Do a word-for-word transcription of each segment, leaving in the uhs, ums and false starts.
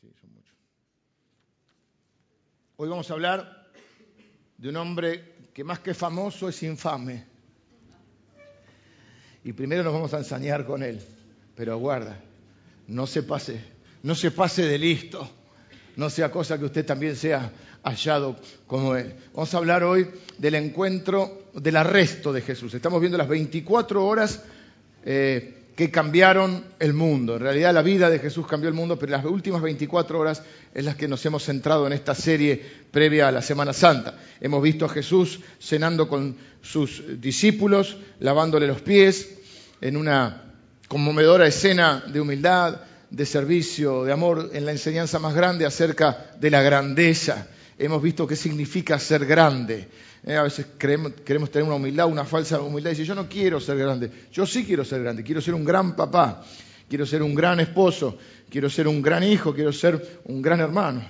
Sí, son muchos. Hoy vamos a hablar de un hombre que más que famoso es infame. Y primero nos vamos a ensañar con él. Pero aguarda, no se pase, no se pase de listo. No sea cosa que usted también sea hallado como él. Vamos a hablar hoy del encuentro, del arresto de Jesús. Estamos viendo las veinticuatro horas eh, que cambiaron el mundo. En realidad la vida de Jesús cambió el mundo, pero las últimas veinticuatro horas es las que nos hemos centrado en esta serie previa a la Semana Santa. Hemos visto a Jesús cenando con sus discípulos, lavándole los pies, en una conmovedora escena de humildad, de servicio, de amor, en la enseñanza más grande acerca de la grandeza. Hemos visto qué significa ser grande. Eh, a veces creemos, queremos tener una humildad, una falsa humildad, y decir, yo no quiero ser grande. Yo sí quiero ser grande, quiero ser un gran papá, quiero ser un gran esposo, quiero ser un gran hijo, quiero ser un gran hermano.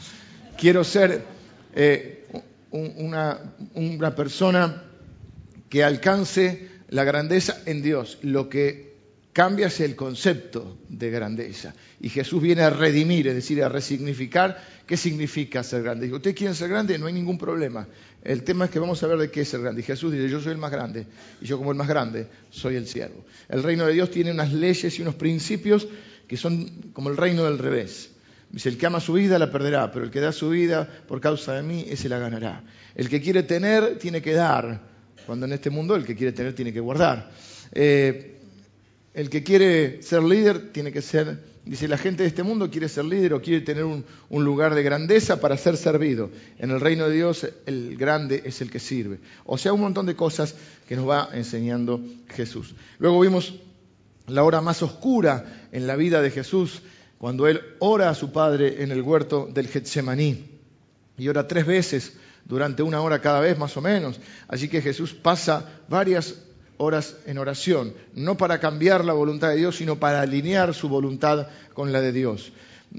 Quiero ser eh, un, una, una persona que alcance la grandeza en Dios. Lo que cambia es el concepto de grandeza. Y Jesús viene a redimir, es decir, a resignificar qué significa ser grande. Dice, ¿ustedes quieren ser grande? No hay ningún problema. El tema es que vamos a ver de qué es ser grande. Y Jesús dice, yo soy el más grande. Y yo como el más grande soy el siervo. El reino de Dios tiene unas leyes y unos principios que son como el reino del revés. Dice, el que ama su vida la perderá, pero el que da su vida por causa de mí, ese la ganará. El que quiere tener, tiene que dar. Cuando en este mundo el que quiere tener, tiene que guardar. Eh, El que quiere ser líder tiene que ser, dice, la gente de este mundo quiere ser líder o quiere tener un, un lugar de grandeza para ser servido. En el reino de Dios el grande es el que sirve. O sea, un montón de cosas que nos va enseñando Jesús. Luego vimos la hora más oscura en la vida de Jesús, cuando Él ora a su Padre en el huerto del Getsemaní. Y ora tres veces durante una hora cada vez más o menos. Así que Jesús pasa varias horas en oración, no para cambiar la voluntad de Dios, sino para alinear su voluntad con la de Dios,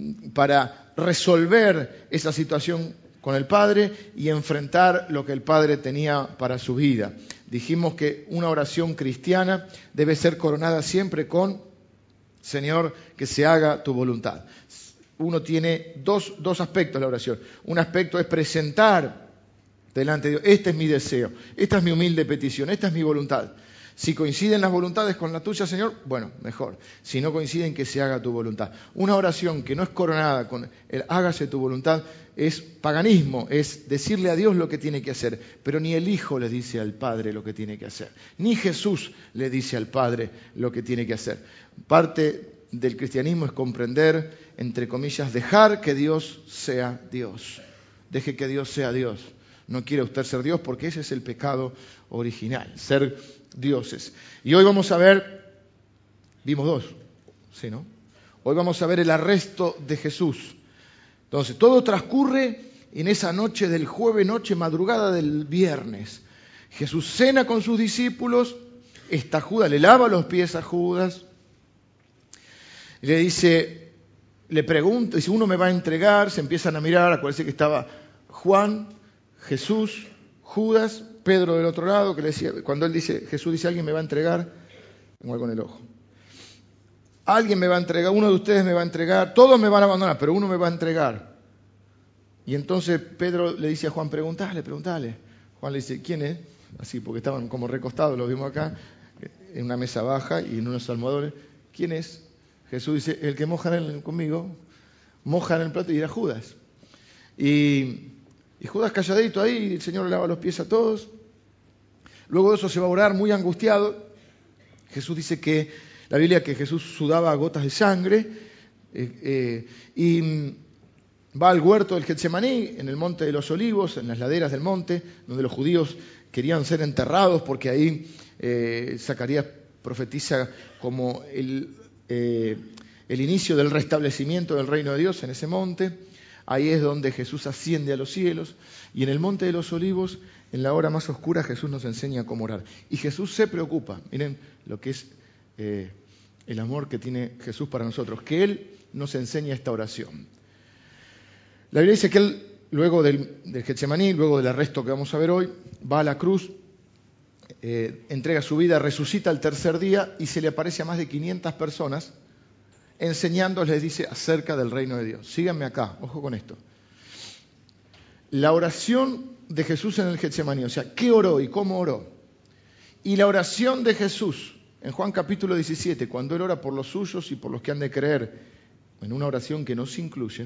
para resolver esa situación con el Padre y enfrentar lo que el Padre tenía para su vida. Dijimos que una oración cristiana debe ser coronada siempre con, Señor, que se haga tu voluntad. Uno tiene dos, dos aspectos de la oración. Un aspecto es presentar delante de Dios, este es mi deseo, esta es mi humilde petición, esta es mi voluntad. Si coinciden las voluntades con la tuya, Señor, bueno, mejor. Si no coinciden, que se haga tu voluntad. Una oración que no es coronada con el hágase tu voluntad es paganismo, es decirle a Dios lo que tiene que hacer. Pero ni el Hijo le dice al Padre lo que tiene que hacer. Ni Jesús le dice al Padre lo que tiene que hacer. Parte del cristianismo es comprender, entre comillas, dejar que Dios sea Dios. Deje que Dios sea Dios. No quiere usted ser Dios porque ese es el pecado original, ser dioses. Y hoy vamos a ver, vimos dos, ¿sí, no? Hoy vamos a ver el arresto de Jesús. Entonces, todo transcurre en esa noche del jueves, noche, madrugada del viernes. Jesús cena con sus discípulos, está Judas, le lava los pies a Judas, le dice, le pregunta, dice, uno me va a entregar, se empiezan a mirar, acuérdense que estaba Juan, Jesús, Judas, Pedro del otro lado, que le decía, cuando él dice, Jesús dice, alguien me va a entregar, tengo algo en el ojo. Alguien me va a entregar, uno de ustedes me va a entregar, todos me van a abandonar, pero uno me va a entregar. Y entonces Pedro le dice a Juan, preguntale, preguntale. Juan le dice, ¿quién es? Así, porque estaban como recostados, los vimos acá, en una mesa baja y en unos almohadones. ¿Quién es? Jesús dice, el que moja en el, conmigo, moja en el plato, y era Judas. Y... Y Judas calladito ahí, y el Señor le lava los pies a todos. Luego de eso se va a orar muy angustiado. Jesús dice que, la Biblia, que Jesús sudaba gotas de sangre. Eh, eh, y va al huerto del Getsemaní, en el monte de los Olivos, en las laderas del monte, donde los judíos querían ser enterrados, porque ahí eh, Zacarías profetiza como el, eh, el inicio del restablecimiento del reino de Dios en ese monte. Ahí es donde Jesús asciende a los cielos. Y en el monte de los Olivos, en la hora más oscura, Jesús nos enseña cómo orar. Y Jesús se preocupa. Miren lo que es eh, el amor que tiene Jesús para nosotros. Que Él nos enseña esta oración. La Biblia dice que Él, luego del, del Getsemaní, luego del arresto que vamos a ver hoy, va a la cruz, eh, entrega su vida, resucita al tercer día y se le aparece a más de quinientas personas enseñándoles, dice, acerca del reino de Dios. Síganme acá, ojo con esto. La oración de Jesús en el Getsemaní, o sea, ¿qué oró y cómo oró? Y la oración de Jesús en Juan capítulo diecisiete, cuando Él ora por los suyos y por los que han de creer, en una oración que no se incluye,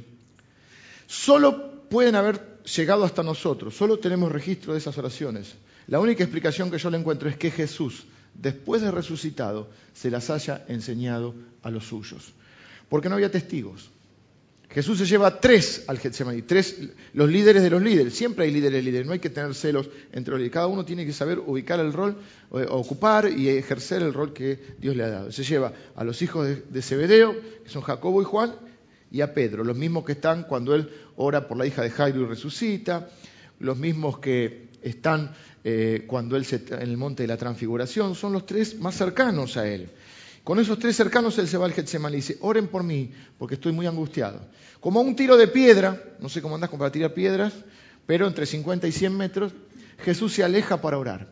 solo pueden haber llegado hasta nosotros, solo tenemos registro de esas oraciones. La única explicación que yo le encuentro es que Jesús, después de resucitado, se las haya enseñado a los suyos. Porque no había testigos. Jesús se lleva tres al Getsemaní, tres, los líderes de los líderes. Siempre hay líderes de líderes, no hay que tener celos entre los líderes. Cada uno tiene que saber ubicar el rol, ocupar y ejercer el rol que Dios le ha dado. Se lleva a los hijos de, de Zebedeo, que son Jacobo y Juan, y a Pedro, los mismos que están cuando él ora por la hija de Jairo y resucita, los mismos que están eh, cuando él se, en el monte de la transfiguración, son los tres más cercanos a él. Con esos tres cercanos él se va al Getsemaní y dice, oren por mí, porque estoy muy angustiado. Como un tiro de piedra, no sé cómo andás para tirar piedras, pero entre cincuenta y cien metros, Jesús se aleja para orar.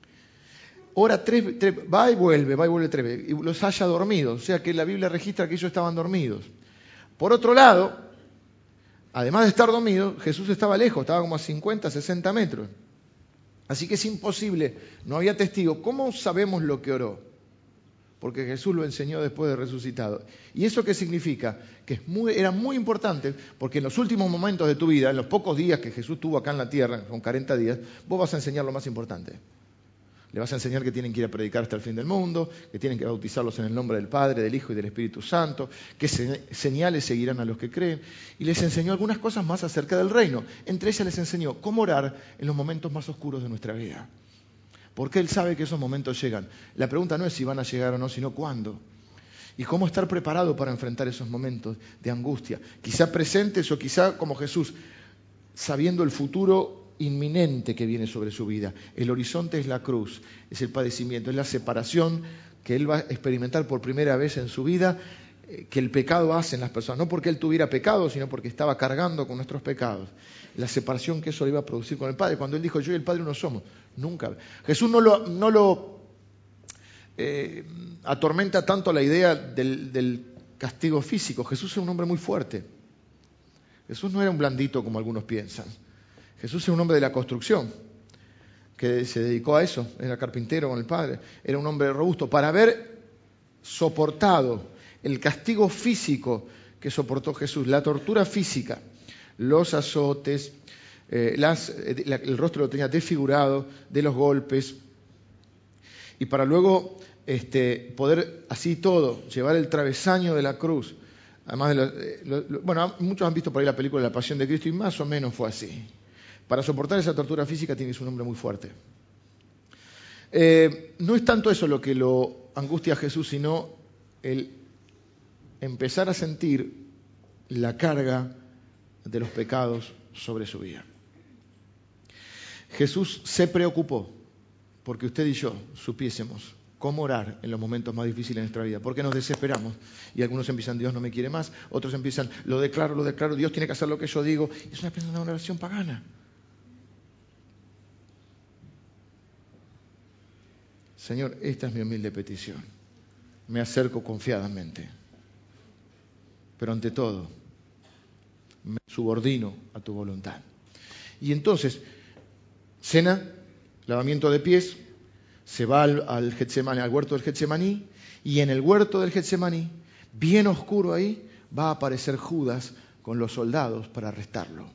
Ora tres, tres, va y vuelve, va y vuelve tres veces, y los haya dormidos, o sea que la Biblia registra que ellos estaban dormidos. Por otro lado, además de estar dormido, Jesús estaba lejos, estaba como a cincuenta, sesenta metros. Así que es imposible, no había testigo. ¿Cómo sabemos lo que oró? Porque Jesús lo enseñó después de resucitado. ¿Y eso qué significa? Que es muy, era muy importante, porque en los últimos momentos de tu vida, en los pocos días que Jesús tuvo acá en la tierra, con cuarenta días, vos vas a enseñar lo más importante. Le vas a enseñar que tienen que ir a predicar hasta el fin del mundo, que tienen que bautizarlos en el nombre del Padre, del Hijo y del Espíritu Santo, que se, señales seguirán a los que creen. Y les enseñó algunas cosas más acerca del reino. Entre ellas les enseñó cómo orar en los momentos más oscuros de nuestra vida. Porque Él sabe que esos momentos llegan. La pregunta no es si van a llegar o no, sino cuándo. Y cómo estar preparado para enfrentar esos momentos de angustia. Quizá presentes o quizá como Jesús, sabiendo el futuro inminente que viene sobre su vida. El horizonte es la cruz, es el padecimiento, es la separación que Él va a experimentar por primera vez en su vida, que el pecado hace en las personas. No porque Él tuviera pecado, sino porque estaba cargando con nuestros pecados. La separación que eso le iba a producir con el Padre. Cuando Él dijo, yo y el Padre uno somos. Nunca. Jesús no lo, no lo eh, atormenta tanto la idea del, del castigo físico. Jesús es un hombre muy fuerte. Jesús no era un blandito como algunos piensan. Jesús era un hombre de la construcción, que se dedicó a eso. Era carpintero con el Padre. Era un hombre robusto. Para haber soportado el castigo físico que soportó Jesús, la tortura física, los azotes, eh, las, eh, la, el rostro lo tenía desfigurado de los golpes, y para luego este, poder así todo, llevar el travesaño de la cruz, además de lo, eh, lo, lo, bueno, muchos han visto por ahí la película de La Pasión de Cristo y más o menos fue así. Para soportar esa tortura física tiene que ser un hombre muy fuerte. Eh, no es tanto eso lo que lo angustia a Jesús, sino el empezar a sentir la carga de los pecados sobre su vida. Jesús se preocupó porque usted y yo supiésemos cómo orar en los momentos más difíciles de nuestra vida, porque nos desesperamos y algunos empiezan, Dios no me quiere más, otros empiezan, lo declaro, lo declaro, Dios tiene que hacer lo que yo digo, y es una, una oración pagana. Señor, esta es mi humilde petición, me acerco confiadamente, pero ante todo me subordino a tu voluntad. Y entonces, cena, lavamiento de pies, se va al, al Getsemaní, al huerto del Getsemaní, y en el huerto del Getsemaní, bien oscuro ahí, va a aparecer Judas con los soldados para arrestarlo.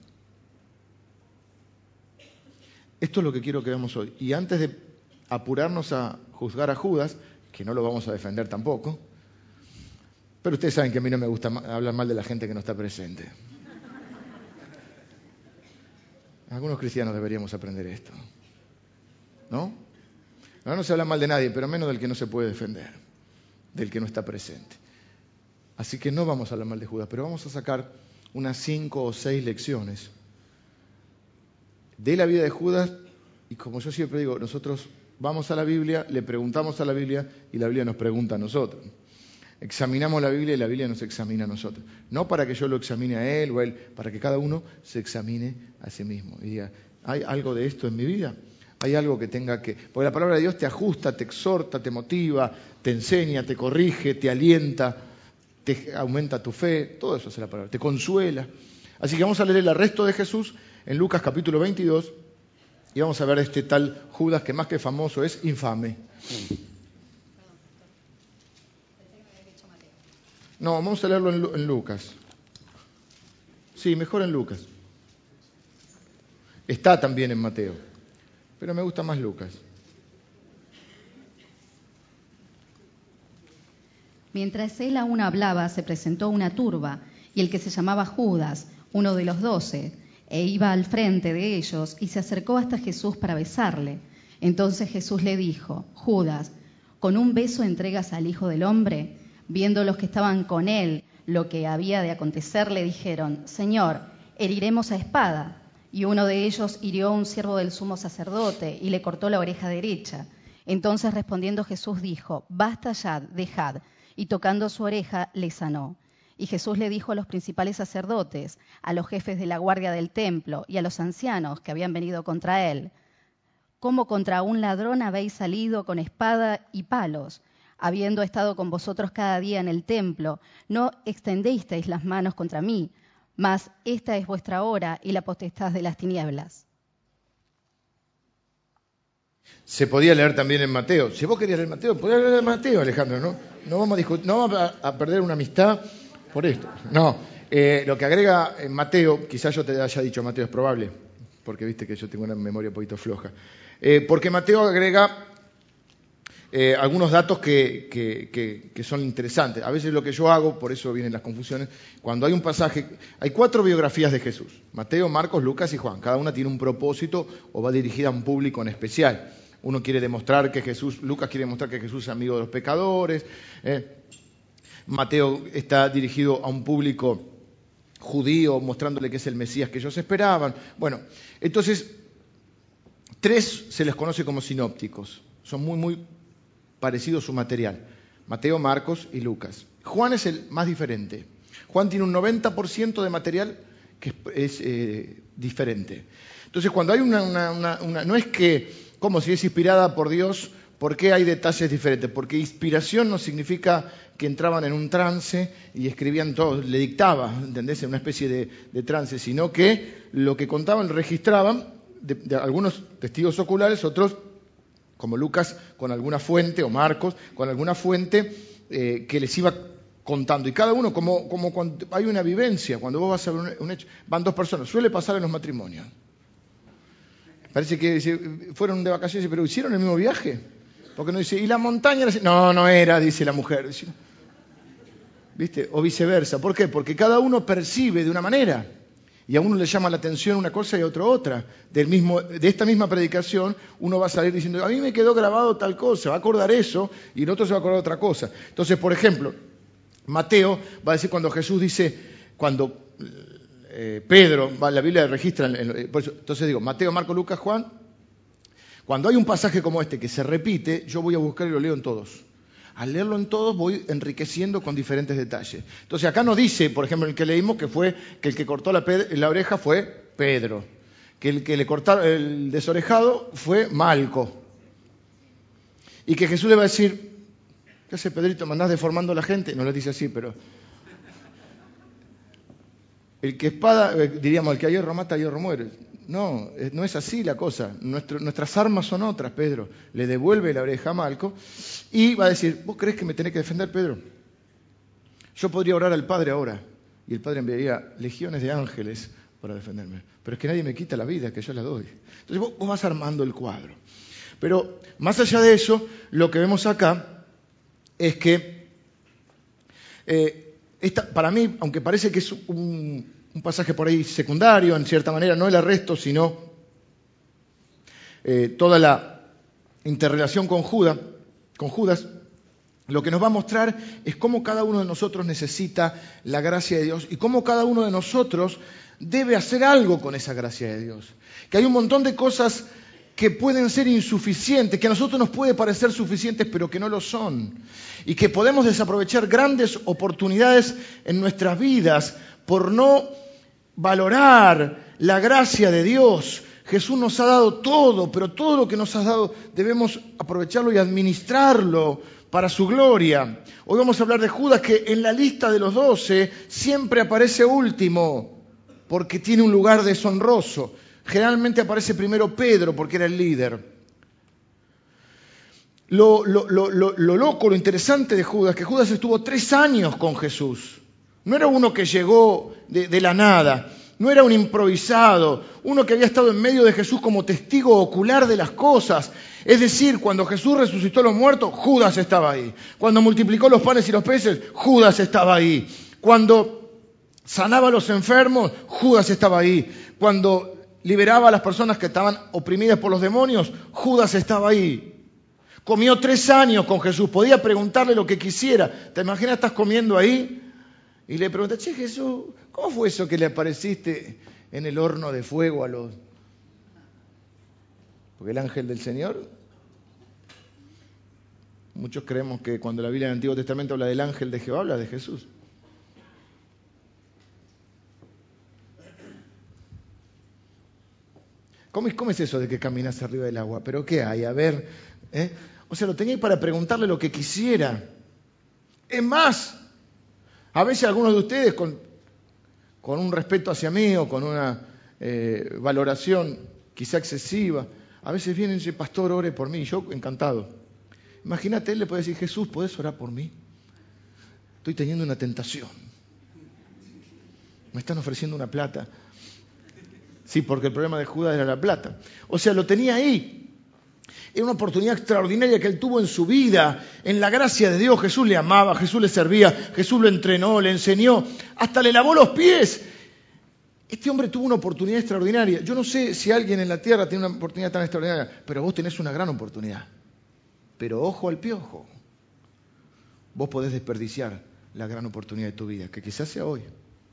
Esto es lo que quiero que veamos hoy. Y antes de apurarnos a juzgar a Judas, que no lo vamos a defender tampoco, pero ustedes saben que a mí no me gusta hablar mal de la gente que no está presente. Algunos cristianos deberíamos aprender esto, ¿no? No, no se habla mal de nadie, pero menos del que no se puede defender, del que no está presente. Así que no vamos a hablar mal de Judas, pero vamos a sacar unas cinco o seis lecciones de la vida de Judas. Y como yo siempre digo, nosotros vamos a la Biblia, le preguntamos a la Biblia y la Biblia nos pregunta a nosotros. Examinamos la Biblia y la Biblia nos examina a nosotros. No para que yo lo examine a él o a él, para que cada uno se examine a sí mismo y diga, ¿hay algo de esto en mi vida? ¿Hay algo que tenga que...? Porque la palabra de Dios te ajusta, te exhorta, te motiva, te enseña, te corrige, te alienta, te te aumenta tu fe, todo eso hace la palabra, te consuela. Así que vamos a leer el arresto de Jesús en Lucas capítulo veintidós y vamos a ver a este tal Judas que más que famoso es infame. No, vamos a leerlo en, en Lucas. Sí, mejor en Lucas. Está también en Mateo, pero me gusta más Lucas. Mientras él aún hablaba, se presentó una turba, y el que se llamaba Judas, uno de los doce, e iba al frente de ellos, y se acercó hasta Jesús para besarle. Entonces Jesús le dijo: Judas, ¿con un beso entregas al Hijo del Hombre? Viendo los que estaban con él lo que había de acontecer, le dijeron: Señor, heriremos a espada. Y uno de ellos hirió a un siervo del sumo sacerdote y le cortó la oreja derecha. Entonces respondiendo Jesús dijo: Basta ya, dejad. Y tocando su oreja le sanó. Y Jesús le dijo a los principales sacerdotes, a los jefes de la guardia del templo y a los ancianos que habían venido contra él: ¿Cómo contra un ladrón habéis salido con espada y palos? Habiendo estado con vosotros cada día en el templo, no extendisteis las manos contra mí, mas esta es vuestra hora y la potestad de las tinieblas. Se podía leer también en Mateo. Si vos querías leer Mateo, podías leer Mateo, Alejandro, ¿no? No vamos a discutir, no vamos a, a perder una amistad por esto. No, eh, lo que agrega en Mateo, quizás yo te haya dicho Mateo, es probable, porque viste que yo tengo una memoria un poquito floja. Eh, porque Mateo agrega eh, algunos datos que, que, que, que son interesantes. A veces lo que yo hago, por eso vienen las confusiones, cuando hay un pasaje, hay cuatro biografías de Jesús: Mateo, Marcos, Lucas y Juan. Cada una tiene un propósito o va dirigida a un público en especial. Uno quiere demostrar que Jesús, Lucas quiere demostrar que Jesús es amigo de los pecadores. Eh. Mateo está dirigido a un público judío, mostrándole que es el Mesías que ellos esperaban. Bueno, entonces, tres se les conoce como sinópticos. Son muy, muy parecidos su material: Mateo, Marcos y Lucas. Juan es el más diferente. Juan tiene un noventa por ciento de material que es, es eh, diferente. Entonces, cuando hay una, una, una, una... No es que, como si es inspirada por Dios, ¿por qué hay detalles diferentes? Porque inspiración no significa que entraban en un trance y escribían todo, le dictaba, ¿entendés? En una especie de, de trance, sino que lo que contaban registraban de, de algunos testigos oculares, otros, como Lucas, con alguna fuente, o Marcos, con alguna fuente eh, que les iba contando. Y cada uno, como, como cuando hay una vivencia, cuando vos vas a ver un, un hecho, van dos personas, suele pasar en los matrimonios. Parece que fueron de vacaciones, pero ¿hicieron el mismo viaje? Porque no dice, ¿y la montaña? No, no era, dice la mujer. ¿Viste? O viceversa. ¿Por qué? Porque cada uno percibe de una manera. Y a uno le llama la atención una cosa y a otro otra. Del mismo, de esta misma predicación, uno va a salir diciendo, a mí me quedó grabado tal cosa, va a acordar eso, y el otro se va a acordar otra cosa. Entonces, por ejemplo, Mateo va a decir cuando Jesús dice, cuando... Eh, Pedro, la Biblia registra, entonces digo, Mateo, Marcos, Lucas, Juan. Cuando hay un pasaje como este que se repite, yo voy a buscar y lo leo en todos. Al leerlo en todos voy enriqueciendo con diferentes detalles. Entonces acá nos dice, por ejemplo, el que leímos, que fue que el que cortó la, la oreja fue Pedro, que el que le cortó el desorejado fue Malco, y que Jesús le va a decir, ¿qué hace Pedrito? ¿Me andás deformando a la gente? No le dice así, pero... El que espada, diríamos, el que a hierro mata, a hierro muere. No, no es así la cosa. Nuestro, nuestras armas son otras, Pedro. Le devuelve la oreja a Malco y va a decir, ¿vos creés que me tenés que defender, Pedro? Yo podría orar al Padre ahora y el Padre enviaría legiones de ángeles para defenderme. Pero es que nadie me quita la vida, que yo la doy. Entonces vos, vos vas armando el cuadro. Pero más allá de eso, lo que vemos acá es que... Eh, Esta, para mí, aunque parece que es un, un pasaje por ahí secundario, en cierta manera, no el arresto, sino eh, toda la interrelación con Judas, con Judas, lo que nos va a mostrar es cómo cada uno de nosotros necesita la gracia de Dios y cómo cada uno de nosotros debe hacer algo con esa gracia de Dios. Que hay un montón de cosas que pueden ser insuficientes, que a nosotros nos puede parecer suficientes, pero que no lo son. Y que podemos desaprovechar grandes oportunidades en nuestras vidas por no valorar la gracia de Dios. Jesús nos ha dado todo, pero todo lo que nos ha dado debemos aprovecharlo y administrarlo para su gloria. Hoy vamos a hablar de Judas, que en la lista de los doce siempre aparece último, porque tiene un lugar deshonroso. Generalmente aparece primero Pedro, porque era el líder. Lo, lo, lo, lo, lo loco, lo interesante de Judas, que Judas estuvo tres años con Jesús. No era uno que llegó de, de la nada, no era un improvisado, uno que había estado en medio de Jesús como testigo ocular de las cosas. Es decir, cuando Jesús resucitó a los muertos, Judas estaba ahí. Cuando multiplicó los panes y los peces, Judas estaba ahí. Cuando sanaba a los enfermos, Judas estaba ahí. Cuando liberaba a las personas que estaban oprimidas por los demonios, Judas estaba ahí. Comió tres años con Jesús, podía preguntarle lo que quisiera. ¿Te imaginas, estás comiendo ahí? Y le preguntas, che, Jesús, ¿cómo fue eso que le apareciste en el horno de fuego a los...? Porque el ángel del Señor, muchos creemos que cuando la Biblia en el Antiguo Testamento habla del ángel de Jehová, habla de Jesús. ¿Cómo es, cómo es eso de que caminas arriba del agua? ¿Pero qué hay? A ver, ¿eh? O sea, lo teníais para preguntarle lo que quisiera. Es más, a veces algunos de ustedes, con, con un respeto hacia mí o con una eh, valoración quizá excesiva, a veces vienen y dicen, pastor, ore por mí. Yo, encantado. Imagínate, él le puede decir, Jesús, ¿podés orar por mí? Estoy teniendo una tentación. Me están ofreciendo una plata. Sí, porque el problema de Judas era la plata. O sea, lo tenía ahí. Era una oportunidad extraordinaria que él tuvo en su vida. En la gracia de Dios, Jesús le amaba, Jesús le servía, Jesús lo entrenó, le enseñó, hasta le lavó los pies. Este hombre tuvo una oportunidad extraordinaria. Yo no sé si alguien en la tierra tiene una oportunidad tan extraordinaria, pero vos tenés una gran oportunidad. Pero ojo al piojo. Vos podés desperdiciar la gran oportunidad de tu vida, que quizás sea hoy.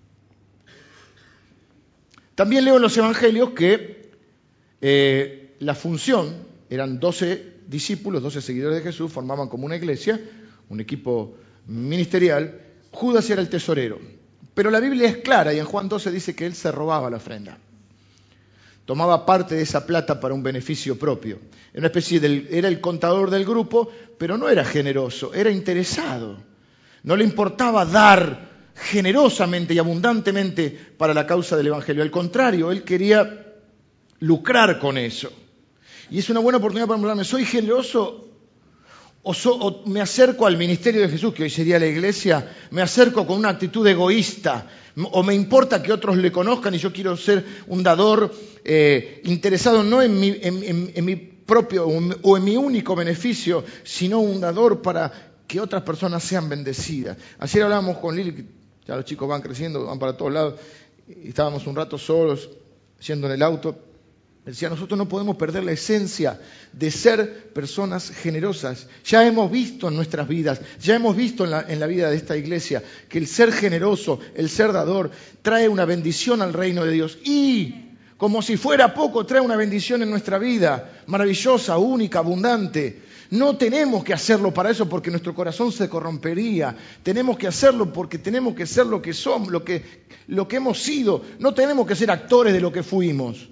También leo en los evangelios que eh, la función, eran doce discípulos, doce seguidores de Jesús, formaban como una iglesia, un equipo ministerial. Judas era el tesorero. Pero la Biblia es clara y en Juan doce dice que él se robaba la ofrenda. Tomaba parte de esa plata para un beneficio propio. Era una especie de, era el contador del grupo, pero no era generoso, era interesado. No le importaba dar generosamente y abundantemente para la causa del Evangelio. Al contrario, él quería lucrar con eso. Y es una buena oportunidad para preguntarme, ¿soy generoso o, so, o me acerco al ministerio de Jesús, que hoy sería la iglesia, me acerco con una actitud egoísta? ¿O me importa que otros le conozcan y yo quiero ser un dador eh, interesado no en mi, en, en, en mi propio o en mi único beneficio, sino un dador para que otras personas sean bendecidas? Ayer hablábamos con Lili, ya los chicos van creciendo, van para todos lados, y estábamos un rato solos, yendo en el auto. Decía, nosotros no podemos perder la esencia de ser personas generosas. Ya hemos visto en nuestras vidas, ya hemos visto en la, en la vida de esta iglesia, que el ser generoso, el ser dador, trae una bendición al reino de Dios. Y, como si fuera poco, trae una bendición en nuestra vida, maravillosa, única, abundante. No tenemos que hacerlo para eso porque nuestro corazón se corrompería. Tenemos que hacerlo porque tenemos que ser lo que somos, lo que, lo que hemos sido. No tenemos que ser actores de lo que fuimos.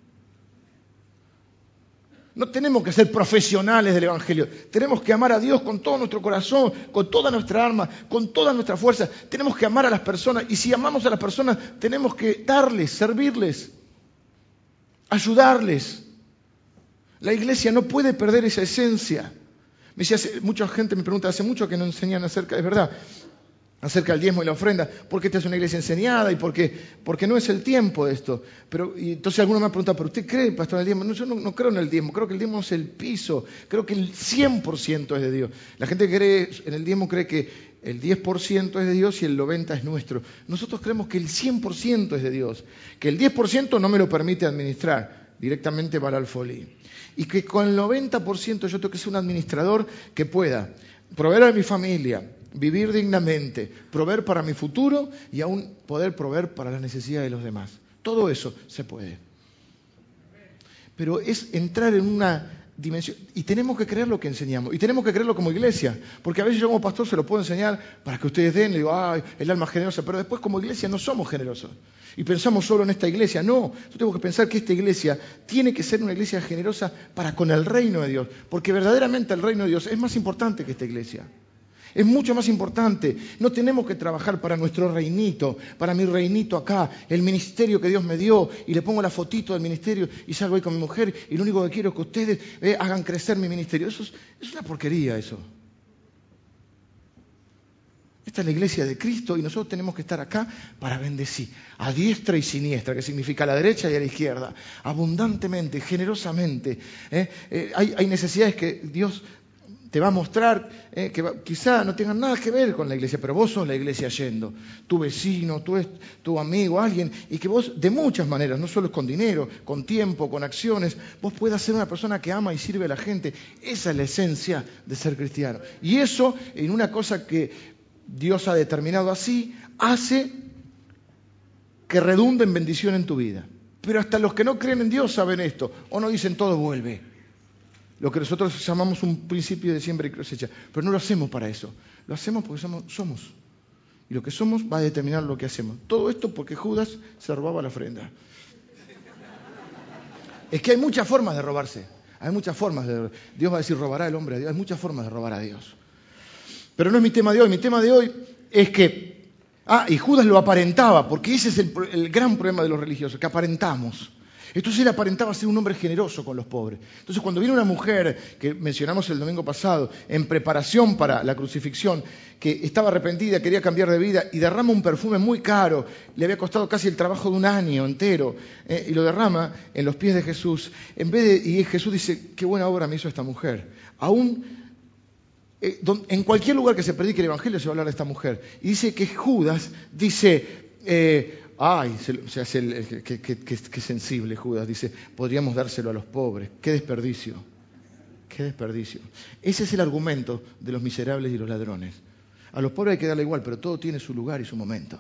No tenemos que ser profesionales del Evangelio. Tenemos que amar a Dios con todo nuestro corazón, con toda nuestra alma, con toda nuestra fuerza. Tenemos que amar a las personas. Y si amamos a las personas, tenemos que darles, servirles, ayudarles. La iglesia no puede perder esa esencia. Me decía, mucha gente me pregunta, hace mucho que no enseñan acerca, es verdad, acerca del diezmo y la ofrenda. ¿Por qué esta es una iglesia enseñada? Y por qué, porque no es el tiempo de esto. Pero, y entonces alguno me ha preguntado, ¿pero usted cree, pastor, en el diezmo? No, yo no, no creo en el diezmo, creo que el diezmo es el piso, creo que el cien por ciento es de Dios. La gente que cree en el diezmo cree que el diez por ciento es de Dios y el noventa por ciento es nuestro. Nosotros creemos que el cien por ciento es de Dios, que el diez por ciento no me lo permite administrar, directamente va al alfolí. Y que con el noventa por ciento yo tengo que ser un administrador que pueda proveer a mi familia, vivir dignamente, proveer para mi futuro y aún poder proveer para las necesidades de los demás. Todo eso se puede. Pero es entrar en una dimensión. Y tenemos que creer lo que enseñamos. Y tenemos que creerlo como iglesia. Porque a veces yo como pastor se lo puedo enseñar para que ustedes den, le digo, ay, el alma generosa. Pero después como iglesia no somos generosos. Y pensamos solo en esta iglesia. No, yo tengo que pensar que esta iglesia tiene que ser una iglesia generosa para con el reino de Dios. Porque verdaderamente el reino de Dios es más importante que esta iglesia. Es mucho más importante. No tenemos que trabajar para nuestro reinito, para mi reinito acá, el ministerio que Dios me dio, y le pongo la fotito del ministerio y salgo ahí con mi mujer y lo único que quiero es que ustedes eh, hagan crecer mi ministerio. Eso es, es una porquería eso. Esta es la iglesia de Cristo y nosotros tenemos que estar acá para bendecir a diestra y siniestra, que significa a la derecha y a la izquierda, abundantemente, generosamente. ¿eh? Eh, hay, hay necesidades que Dios te va a mostrar eh, que va, quizá no tengan nada que ver con la iglesia, pero vos sos la iglesia yendo. Tu vecino, tu, tu amigo, alguien, y que vos de muchas maneras, no solo con dinero, con tiempo, con acciones, vos puedas ser una persona que ama y sirve a la gente. Esa es la esencia de ser cristiano. Y eso, en una cosa que Dios ha determinado así, hace que redunde en bendición en tu vida. Pero hasta los que no creen en Dios saben esto, o no dicen todo vuelve. Lo que nosotros llamamos un principio de siembra y cosecha. Pero no lo hacemos para eso. Lo hacemos porque somos, somos. Y lo que somos va a determinar lo que hacemos. Todo esto porque Judas se robaba la ofrenda. Es que hay muchas formas de robarse. Hay muchas formas de... Dios va a decir, robará el hombre a Dios. Hay muchas formas de robar a Dios. Pero no es mi tema de hoy. Mi tema de hoy es que... Ah, y Judas lo aparentaba, porque ese es el, el gran problema de los religiosos, que aparentamos. Entonces él aparentaba ser un hombre generoso con los pobres. Entonces cuando viene una mujer, que mencionamos el domingo pasado, en preparación para la crucifixión, que estaba arrepentida, quería cambiar de vida, y derrama un perfume muy caro, le había costado casi el trabajo de un año entero, eh, y lo derrama en los pies de Jesús, en vez de, y Jesús dice, qué buena obra me hizo esta mujer. Aún eh, don, en cualquier lugar que se predique el Evangelio se va a hablar de esta mujer. Y dice que Judas dice... Eh, Ay, se, se hace el, el, qué, qué, qué, qué sensible Judas, dice, podríamos dárselo a los pobres. Qué desperdicio, qué desperdicio. Ese es el argumento de los miserables y los ladrones. A los pobres hay que darle igual, pero todo tiene su lugar y su momento.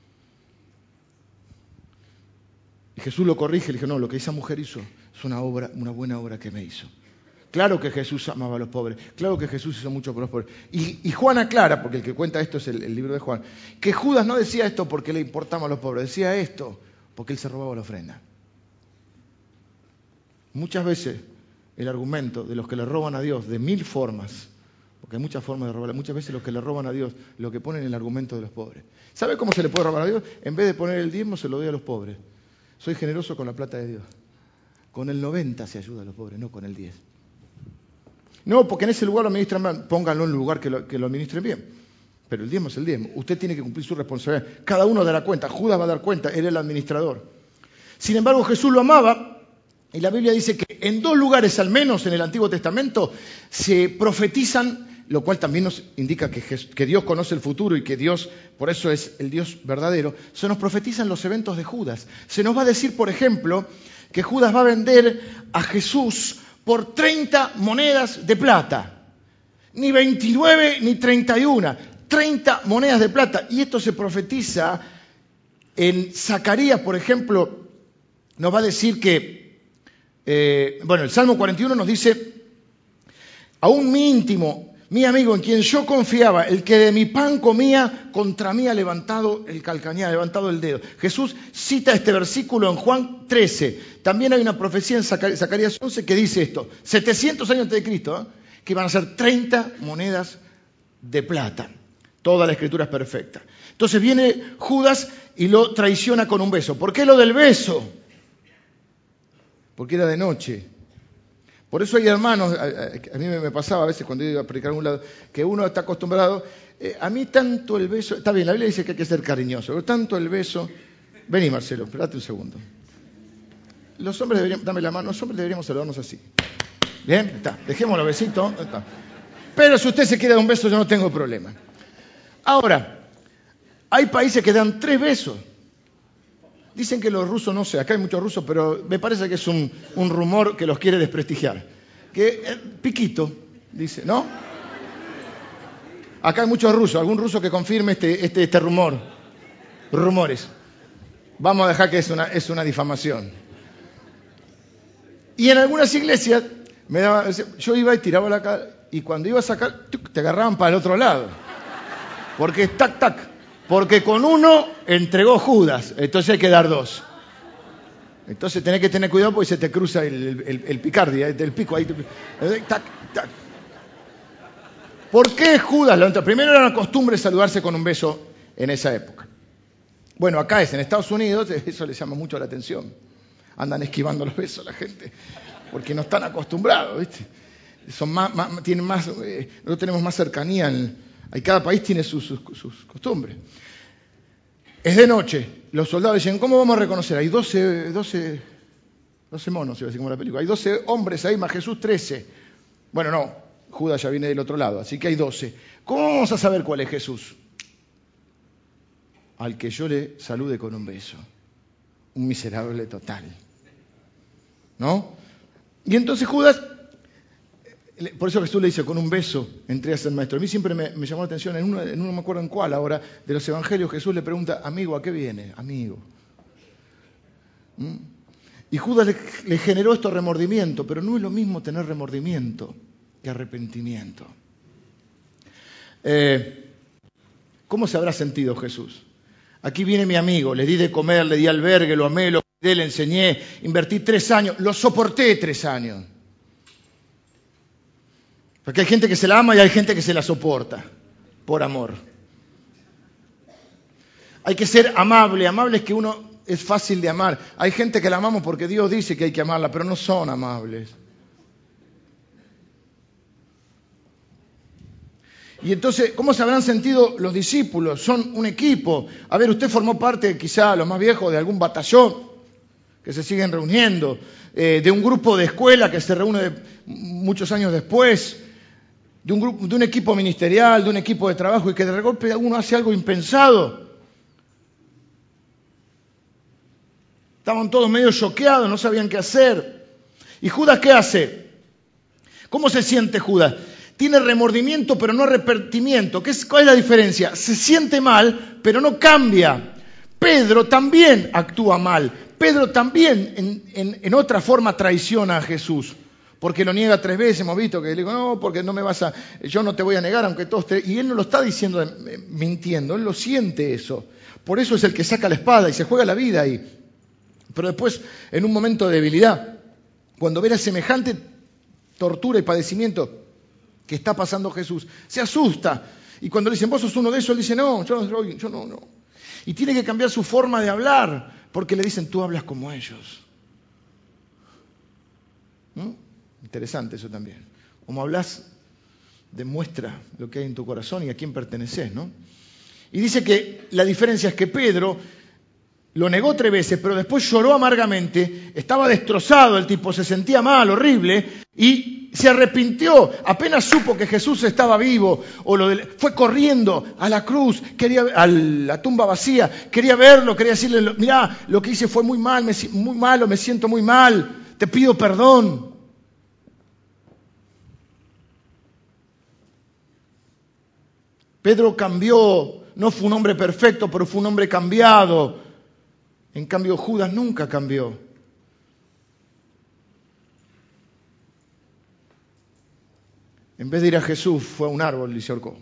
Y Jesús lo corrige, le dijo, no, lo que esa mujer hizo es una obra, una buena obra que me hizo. Claro que Jesús amaba a los pobres, claro que Jesús hizo mucho por los pobres. Y, y Juan aclara, porque el que cuenta esto es el, el libro de Juan, que Judas no decía esto porque le importaba a los pobres, decía esto porque él se robaba la ofrenda. Muchas veces el argumento de los que le roban a Dios de mil formas, porque hay muchas formas de robarle, muchas veces los que le roban a Dios lo que ponen en el argumento de los pobres. ¿Sabe cómo se le puede robar a Dios? En vez de poner el diezmo se lo doy a los pobres. Soy generoso con la plata de Dios. Con el noventa se ayuda a los pobres, no con el diez. No, porque en ese lugar lo administran mal. Pónganlo en un lugar que lo, que lo administren bien. Pero el diezmo es el diezmo. Usted tiene que cumplir su responsabilidad. Cada uno dará cuenta. Judas va a dar cuenta. Él es el administrador. Sin embargo, Jesús lo amaba. Y la Biblia dice que en dos lugares, al menos en el Antiguo Testamento, se profetizan, lo cual también nos indica que, que Dios conoce el futuro y que Dios, por eso es el Dios verdadero. Se nos profetizan los eventos de Judas. Se nos va a decir, por ejemplo, que Judas va a vender a Jesús por treinta monedas de plata. Ni veintinueve ni treinta y una. treinta monedas de plata. Y esto se profetiza en Zacarías, por ejemplo, nos va a decir que, eh, bueno, el Salmo cuarenta y uno nos dice, aún mi íntimo, mi amigo en quien yo confiaba, el que de mi pan comía, contra mí ha levantado el calcañar, ha levantado el dedo. Jesús cita este versículo en Juan trece. También hay una profecía en Zacarías once que dice esto, setecientos años antes de Cristo, ¿eh? que iban a ser treinta monedas de plata. Toda la escritura es perfecta. Entonces viene Judas y lo traiciona con un beso. ¿Por qué lo del beso? Porque era de noche. Por eso hay hermanos, a, a, a mí me pasaba a veces cuando iba a predicar a algún lado, que uno está acostumbrado, eh, a mí tanto el beso, está bien, la Biblia dice que hay que ser cariñoso, pero tanto el beso, vení Marcelo, espérate un segundo. Los hombres deberían, dame la mano, los hombres deberíamos saludarnos así. Bien, está, dejemos los besitos, está. Pero si usted se quiere dar un beso, yo no tengo problema. Ahora, hay países que dan tres besos. Dicen que los rusos, no sé, acá hay muchos rusos, pero me parece que es un, un rumor que los quiere desprestigiar. Que eh, piquito, dice, ¿no? Acá hay muchos rusos, algún ruso que confirme este, este, este rumor. Rumores. Vamos a dejar que es una, es una difamación. Y en algunas iglesias Me daba, yo iba y tiraba la cara, y cuando iba a sacar, te agarraban para el otro lado. Porque es tac, tac. Porque con uno entregó Judas, entonces hay que dar dos. Entonces tenés que tener cuidado porque se te cruza el, el, el picardia, el pico ahí. Tac, tac. ¿Por qué Judas? Primero era una costumbre saludarse con un beso en esa época. Bueno, acá es, en Estados Unidos, eso les llama mucho la atención. Andan esquivando los besos la gente, porque no están acostumbrados, ¿viste? Son más, más, tienen más, eh, nosotros tenemos más cercanía, en, cada país tiene sus, sus, sus costumbres. Es de noche, los soldados dicen, ¿cómo vamos a reconocer? Hay doce, doce, doce monos, iba a decir como la película, hay doce hombres ahí, más Jesús trece. Bueno, no, Judas ya viene del otro lado, así que hay doce. ¿Cómo vamos a saber cuál es Jesús? Al que yo le salude con un beso. Un miserable total. ¿No? Y entonces Judas, por eso Jesús le dice, con un beso entré a ser maestro. A mí siempre me, me llamó la atención, en uno, en uno no me acuerdo en cuál ahora, de los evangelios, Jesús le pregunta, amigo, ¿a qué viene? Amigo. ¿Mm? Y Judas le, le generó esto remordimiento, pero no es lo mismo tener remordimiento que arrepentimiento. Eh, ¿Cómo se habrá sentido Jesús? Aquí viene mi amigo, le di de comer, le di albergue, lo amé, lo cuidé, le enseñé, invertí tres años, lo soporté tres años. Porque hay gente que se la ama y hay gente que se la soporta, por amor. Hay que ser amable, amable es que uno es fácil de amar. Hay gente que la amamos porque Dios dice que hay que amarla, pero no son amables. Y entonces, ¿cómo se habrán sentido los discípulos? Son un equipo. A ver, usted formó parte, quizá los más viejos, de algún batallón que se siguen reuniendo, eh, de un grupo de escuela que se reúne de, muchos años después, de un, grupo, de un equipo ministerial, de un equipo de trabajo, y que de golpe uno hace algo impensado. Estaban todos medio choqueados, no sabían qué hacer. ¿Y Judas qué hace? ¿Cómo se siente Judas? Tiene remordimiento, pero no arrepentimiento. ¿Qué es, ¿Cuál es la diferencia? Se siente mal, pero no cambia. Pedro también actúa mal. Pedro también, en, en, en otra forma, traiciona a Jesús. Porque lo niega tres veces. Hemos visto que le digo, no, porque no me vas a... Yo no te voy a negar, aunque todos te... Y él no lo está diciendo mintiendo, él lo siente eso. Por eso es el que saca la espada y se juega la vida ahí. Pero después, en un momento de debilidad, cuando verá semejante tortura y padecimiento que está pasando Jesús, se asusta. Y cuando le dicen, vos sos uno de esos, él dice, no, yo no soy, yo no, no. Y tiene que cambiar su forma de hablar, porque le dicen, tú hablas como ellos. ¿No? Interesante eso también. Como hablas, demuestra lo que hay en tu corazón y a quién perteneces, ¿no? Y dice que la diferencia es que Pedro lo negó tres veces, pero después lloró amargamente, estaba destrozado el tipo, se sentía mal, horrible, y se arrepintió, apenas supo que Jesús estaba vivo, o lo de, fue corriendo a la cruz, quería, a la tumba vacía, quería verlo, quería decirle, mirá, lo que hice fue muy mal, me, muy malo, me siento muy mal, te pido perdón. Pedro cambió, no fue un hombre perfecto, pero fue un hombre cambiado. En cambio, Judas nunca cambió. En vez de ir a Jesús, fue a un árbol y se ahorcó.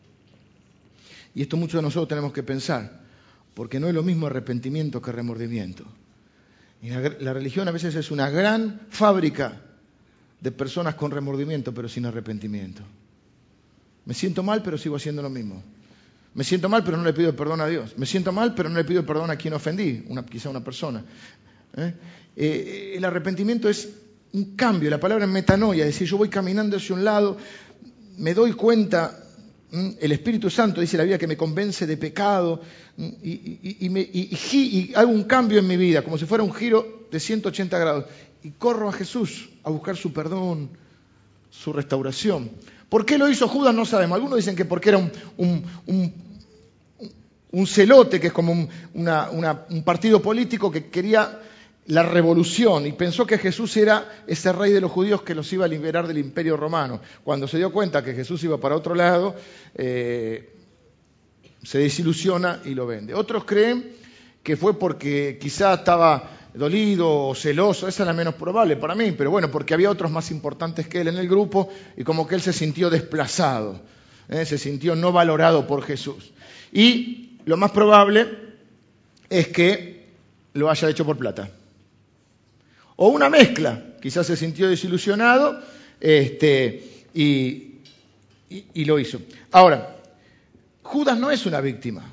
Y esto muchos de nosotros tenemos que pensar, porque no es lo mismo arrepentimiento que remordimiento. Y la, la religión a veces es una gran fábrica de personas con remordimiento, pero sin arrepentimiento. Me siento mal, pero sigo haciendo lo mismo. Me siento mal, pero no le pido perdón a Dios. Me siento mal, pero no le pido perdón a quien ofendí, una, quizá una persona. ¿Eh? Eh, el arrepentimiento es un cambio. La palabra es metanoia, es decir, yo voy caminando hacia un lado, me doy cuenta, ¿m? El Espíritu Santo, dice la Biblia, que me convence de pecado, y, y, y, me, y, y, y hago un cambio en mi vida, como si fuera un giro de ciento ochenta grados. Y corro a Jesús a buscar su perdón, su restauración. ¿Por qué lo hizo Judas? No sabemos. Algunos dicen que porque era un, un, un, un celote, que es como un, una, una, un partido político que quería la revolución y pensó que Jesús era ese rey de los judíos que los iba a liberar del imperio romano. Cuando se dio cuenta que Jesús iba para otro lado, eh, se desilusiona y lo vende. Otros creen que fue porque quizá estaba dolido o celoso, esa es la menos probable para mí, pero bueno, porque había otros más importantes que él en el grupo y como que él se sintió desplazado, ¿eh? Se sintió no valorado por Jesús. Y lo más probable es que lo haya hecho por plata. O una mezcla, quizás se sintió desilusionado este, y, y, y lo hizo. Ahora, Judas no es una víctima.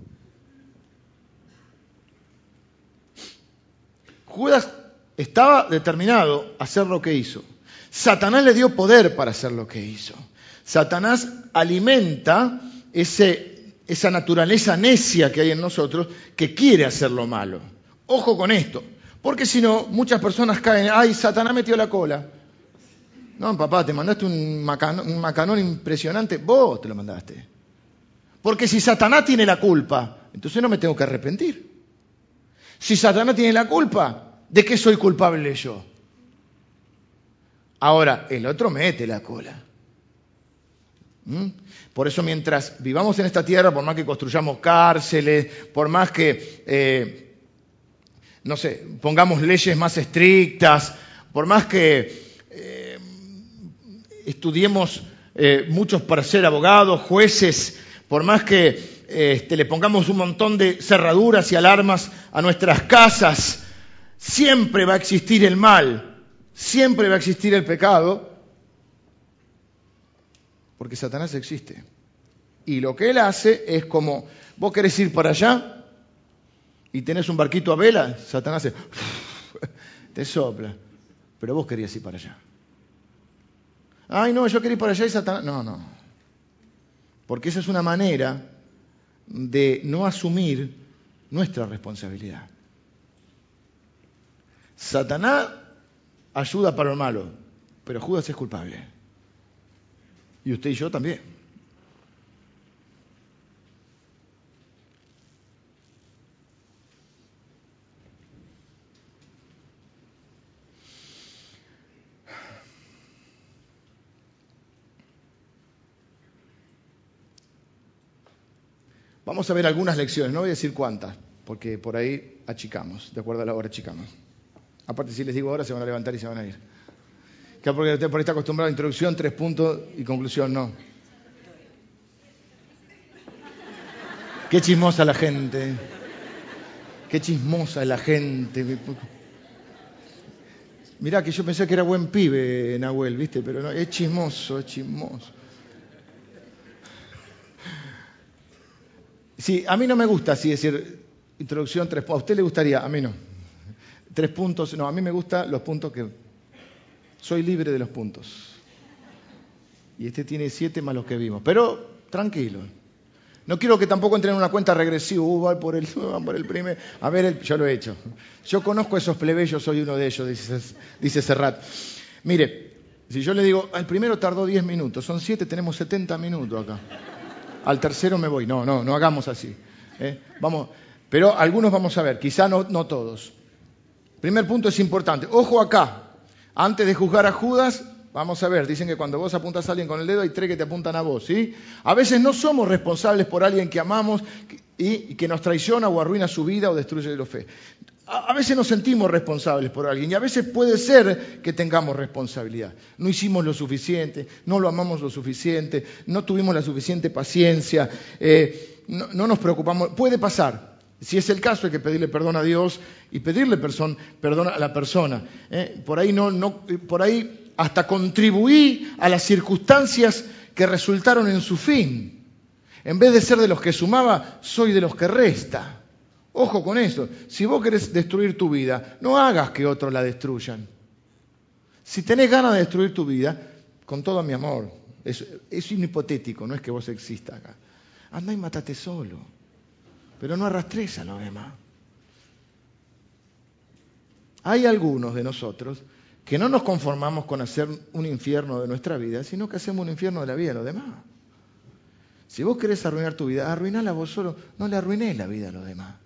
Judas estaba determinado a hacer lo que hizo. Satanás le dio poder para hacer lo que hizo. Satanás alimenta ese, esa naturaleza necia que hay en nosotros que quiere hacer lo malo. Ojo con esto, porque si no, muchas personas caen, ¡ay, Satanás metió la cola! No, papá, te mandaste un macanón, un macanón impresionante, vos te lo mandaste. Porque si Satanás tiene la culpa, entonces no me tengo que arrepentir. Si Satanás tiene la culpa, ¿de qué soy culpable yo? Ahora, el otro mete la cola. ¿Mm? Por eso mientras vivamos en esta tierra, por más que construyamos cárceles, por más que, eh, no sé, pongamos leyes más estrictas, por más que eh, estudiemos eh, muchos para ser abogados, jueces, por más que Este, le pongamos un montón de cerraduras y alarmas a nuestras casas, siempre va a existir el mal, siempre va a existir el pecado, porque Satanás existe. Y lo que él hace es como, vos querés ir para allá y tenés un barquito a vela, Satanás te, te sopla, pero vos querías ir para allá. Ay, no, yo quería ir para allá y Satanás... No, no. Porque esa es una manera de no asumir nuestra responsabilidad. Satanás ayuda para lo malo, pero Judas es culpable. Y usted y yo también. Vamos a ver algunas lecciones, no voy a decir cuántas, porque por ahí achicamos, de acuerdo a la hora achicamos. Aparte, si les digo ahora, se van a levantar y se van a ir. Que porque usted por ahí está acostumbrado a introducción, tres puntos y conclusión, no. Qué chismosa la gente. Qué chismosa la gente. Mirá que yo pensé que era buen pibe, Nahuel, ¿viste? Pero no, es chismoso, es chismoso. Sí, a mí no me gusta así decir introducción, tres puntos. ¿A usted le gustaría? A mí no. Tres puntos, no, a mí me gustan los puntos que... Soy libre de los puntos. Y este tiene siete más los que vimos. Pero, tranquilo. No quiero que tampoco entren en una cuenta regresiva. Uh, va por el, va por el primer... A ver, el, yo lo he hecho. Yo conozco a esos plebeyos, soy uno de ellos, dice, dice Serrat. Mire, si yo le digo, el primero tardó diez minutos, son siete, tenemos setenta minutos acá. Al tercero me voy. No, no, no hagamos así. ¿eh? Vamos, pero algunos vamos a ver, quizá no, no todos. Primer punto es importante. Ojo acá. Antes de juzgar a Judas, vamos a ver, dicen que cuando vos apuntas a alguien con el dedo hay tres que te apuntan a vos, ¿sí? A veces no somos responsables por alguien que amamos y que nos traiciona o arruina su vida o destruye la fe. A veces nos sentimos responsables por alguien y a veces puede ser que tengamos responsabilidad. No hicimos lo suficiente, no lo amamos lo suficiente, no tuvimos la suficiente paciencia, eh, no, no nos preocupamos. Puede pasar. Si es el caso, hay que pedirle perdón a Dios y pedirle perdón, perdón a la persona. ¿eh? Por ahí no, no, por ahí hasta contribuí a las circunstancias que resultaron en su fin. En vez de ser de los que sumaba, soy de los que resta. Ojo con eso. Si vos querés destruir tu vida, no hagas que otros la destruyan. Si tenés ganas de destruir tu vida, con todo mi amor, es, es un hipotético, no es que vos existas acá. Anda y mátate solo. Pero no arrastres a los demás. Hay algunos de nosotros que no nos conformamos con hacer un infierno de nuestra vida, sino que hacemos un infierno de la vida de los demás. Si vos querés arruinar tu vida, arruinala vos solo, no le arruinés la vida a los demás.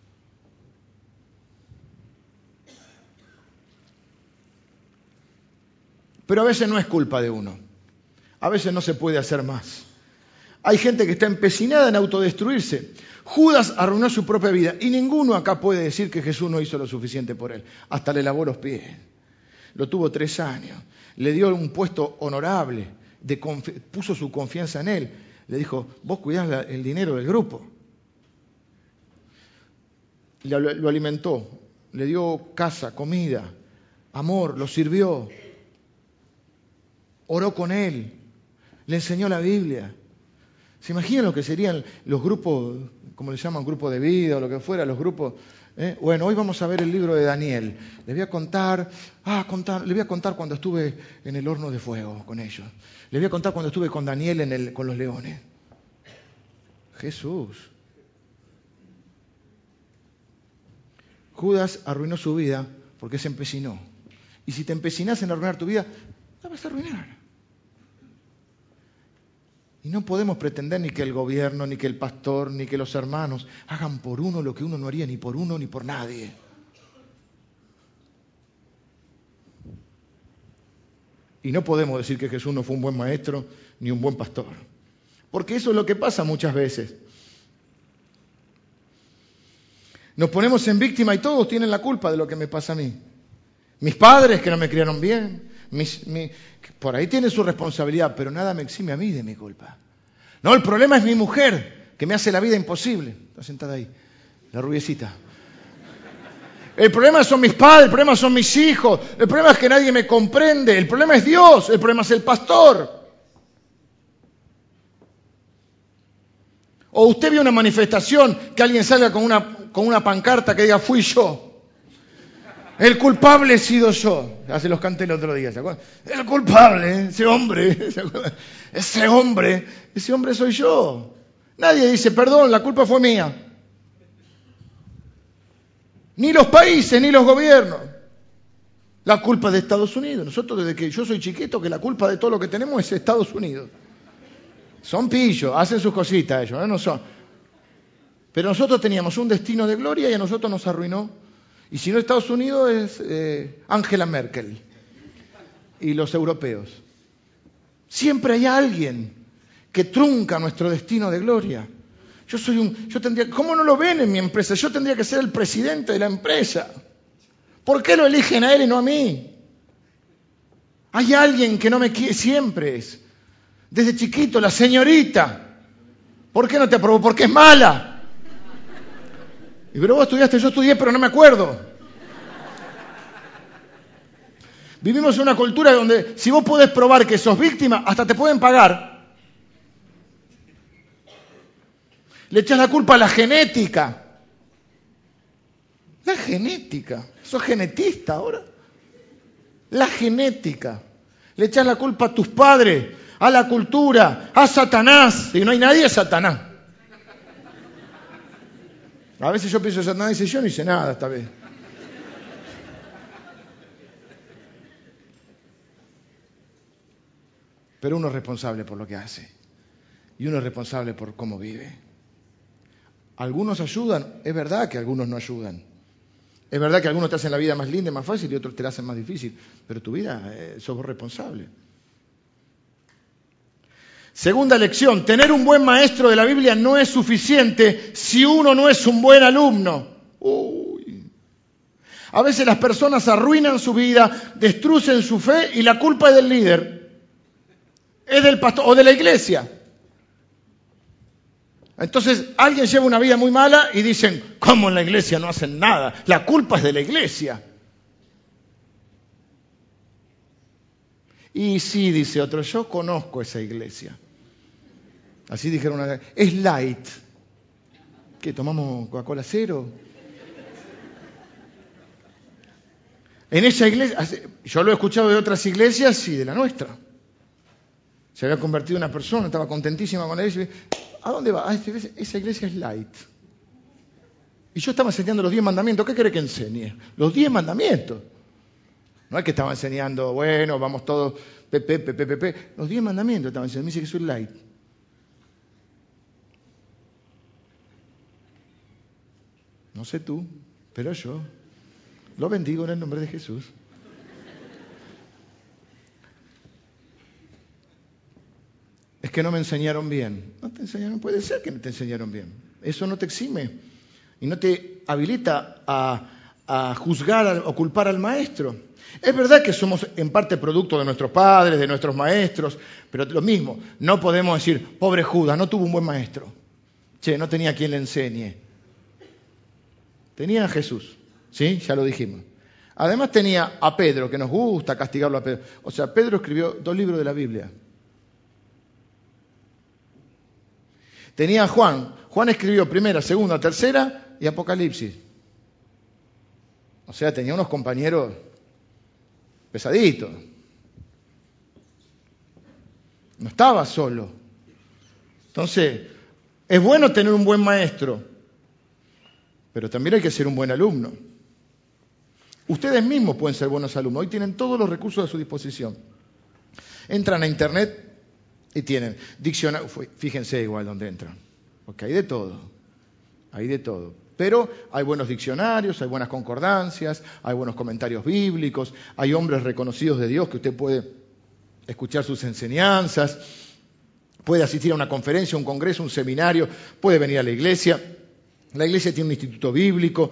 Pero a veces no es culpa de uno. A veces no se puede hacer más. Hay gente que está empecinada en autodestruirse. Judas arruinó su propia vida y ninguno acá puede decir que Jesús no hizo lo suficiente por él. Hasta le lavó los pies. Lo tuvo tres años. Le dio un puesto honorable. De confi- puso su confianza en él. Le dijo, vos cuidás la, el dinero del grupo. Le, lo, lo alimentó. Le dio casa, comida, amor, lo sirvió. Oró con él. Le enseñó la Biblia. ¿Se imaginan lo que serían los grupos, como le llaman, grupo de vida o lo que fuera, los grupos? ¿eh? Bueno, hoy vamos a ver el libro de Daniel. Les voy a contar, ah, contar, les voy a contar cuando estuve en el horno de fuego con ellos. Les voy a contar cuando estuve con Daniel en el, con los leones. Jesús. Judas arruinó su vida porque se empecinó. Y si te empecinas en arruinar tu vida, la vas a arruinar. Y no podemos pretender ni que el gobierno, ni que el pastor, ni que los hermanos hagan por uno lo que uno no haría ni por uno ni por nadie. Y no podemos decir que Jesús no fue un buen maestro ni un buen pastor. Porque eso es lo que pasa muchas veces. Nos ponemos en víctima y todos tienen la culpa de lo que me pasa a mí. Mis padres que no me criaron bien. Mis, mi, por ahí tiene su responsabilidad, pero nada me exime a mí de mi culpa. No, el problema es mi mujer, que me hace la vida imposible. Está sentada ahí, la rubiecita. El problema son mis padres, el problema son mis hijos, el problema es que nadie me comprende, el problema es Dios, el problema es el pastor. O usted vio una manifestación, que alguien salga con una, con una pancarta que diga, fui yo. El culpable he sido yo. Hace los canté el otro día, ¿se acuerdan? El culpable, ese hombre, ¿se acuerdan? Ese hombre, ese hombre soy yo. Nadie dice, perdón, la culpa fue mía. Ni los países, ni los gobiernos. La culpa es de Estados Unidos. Nosotros desde que yo soy chiquito, que la culpa de todo lo que tenemos es Estados Unidos. Son pillos, hacen sus cositas ellos, ¿eh? No son. Pero nosotros teníamos un destino de gloria y a nosotros nos arruinó. Y si no Estados Unidos es eh, Angela Merkel y los europeos. Siempre hay alguien que trunca nuestro destino de gloria. Yo soy un, yo tendría, ¿cómo no lo ven en mi empresa? Yo tendría que ser el presidente de la empresa. ¿Por qué lo eligen a él y no a mí? Hay alguien que no me quiere, siempre es. Desde chiquito, la señorita. ¿Por qué no te aprobó? Porque es mala. Y pero vos estudiaste, yo estudié, pero no me acuerdo. Vivimos en una cultura donde si vos podés probar que sos víctima, hasta te pueden pagar. Le echás la culpa a la genética. La genética. ¿Sos genetista ahora? La genética. Le echás la culpa a tus padres, a la cultura, a Satanás. Y no hay nadie a Satanás. A veces yo pienso, Satanás dice, yo no hice nada esta vez. Pero uno es responsable por lo que hace. Y uno es responsable por cómo vive. Algunos ayudan, es verdad que algunos no ayudan. Es verdad que algunos te hacen la vida más linda y más fácil y otros te la hacen más difícil. Pero tu vida, eh, sos vos responsable. Segunda lección, tener un buen maestro de la Biblia no es suficiente si uno no es un buen alumno. Uy. A veces las personas arruinan su vida, destruyen su fe y la culpa es del líder. Es del pastor o de la iglesia. Entonces alguien lleva una vida muy mala y dicen, ¿cómo en la iglesia no hacen nada? La culpa es de la iglesia. Y sí, dice otro, yo conozco esa iglesia. Así dijeron una vez, es light. ¿Qué, tomamos Coca-Cola cero? En esa iglesia, yo lo he escuchado de otras iglesias y de la nuestra. Se había convertido en una persona, estaba contentísima con la iglesia. ¿A dónde va? Ah, esa iglesia es light. Y yo estaba enseñando los diez mandamientos. ¿Qué quiere que enseñe? Los diez mandamientos. No es que estaba enseñando, bueno, vamos todos, pepe, pepe, pepe. Los diez mandamientos estaba enseñando. Me dice que soy light. No sé tú, pero yo lo bendigo en el nombre de Jesús. es que no me enseñaron bien. No te enseñaron, puede ser que no te enseñaron bien. Eso no te exime y no te habilita a, a juzgar o culpar al maestro. Es verdad que somos en parte producto de nuestros padres, de nuestros maestros, pero lo mismo, no podemos decir, pobre Judas, no tuvo un buen maestro. Che, no tenía quien le enseñe. Tenía a Jesús, ¿sí? Ya lo dijimos. Además tenía a Pedro, que nos gusta castigarlo a Pedro. O sea, Pedro escribió dos libros de la Biblia. Tenía a Juan. Juan escribió primera, segunda, tercera y Apocalipsis. O sea, tenía unos compañeros pesaditos. No estaba solo. Entonces, es bueno tener un buen maestro, pero también hay que ser un buen alumno. Ustedes mismos pueden ser buenos alumnos. Hoy tienen todos los recursos a su disposición. Entran a internet y tienen diccionario. Fíjense igual donde entran, porque hay de todo. Hay de todo. Pero hay buenos diccionarios, hay buenas concordancias, hay buenos comentarios bíblicos, hay hombres reconocidos de Dios que usted puede escuchar sus enseñanzas, puede asistir a una conferencia, un congreso, un seminario, puede venir a la iglesia. La iglesia tiene un instituto bíblico,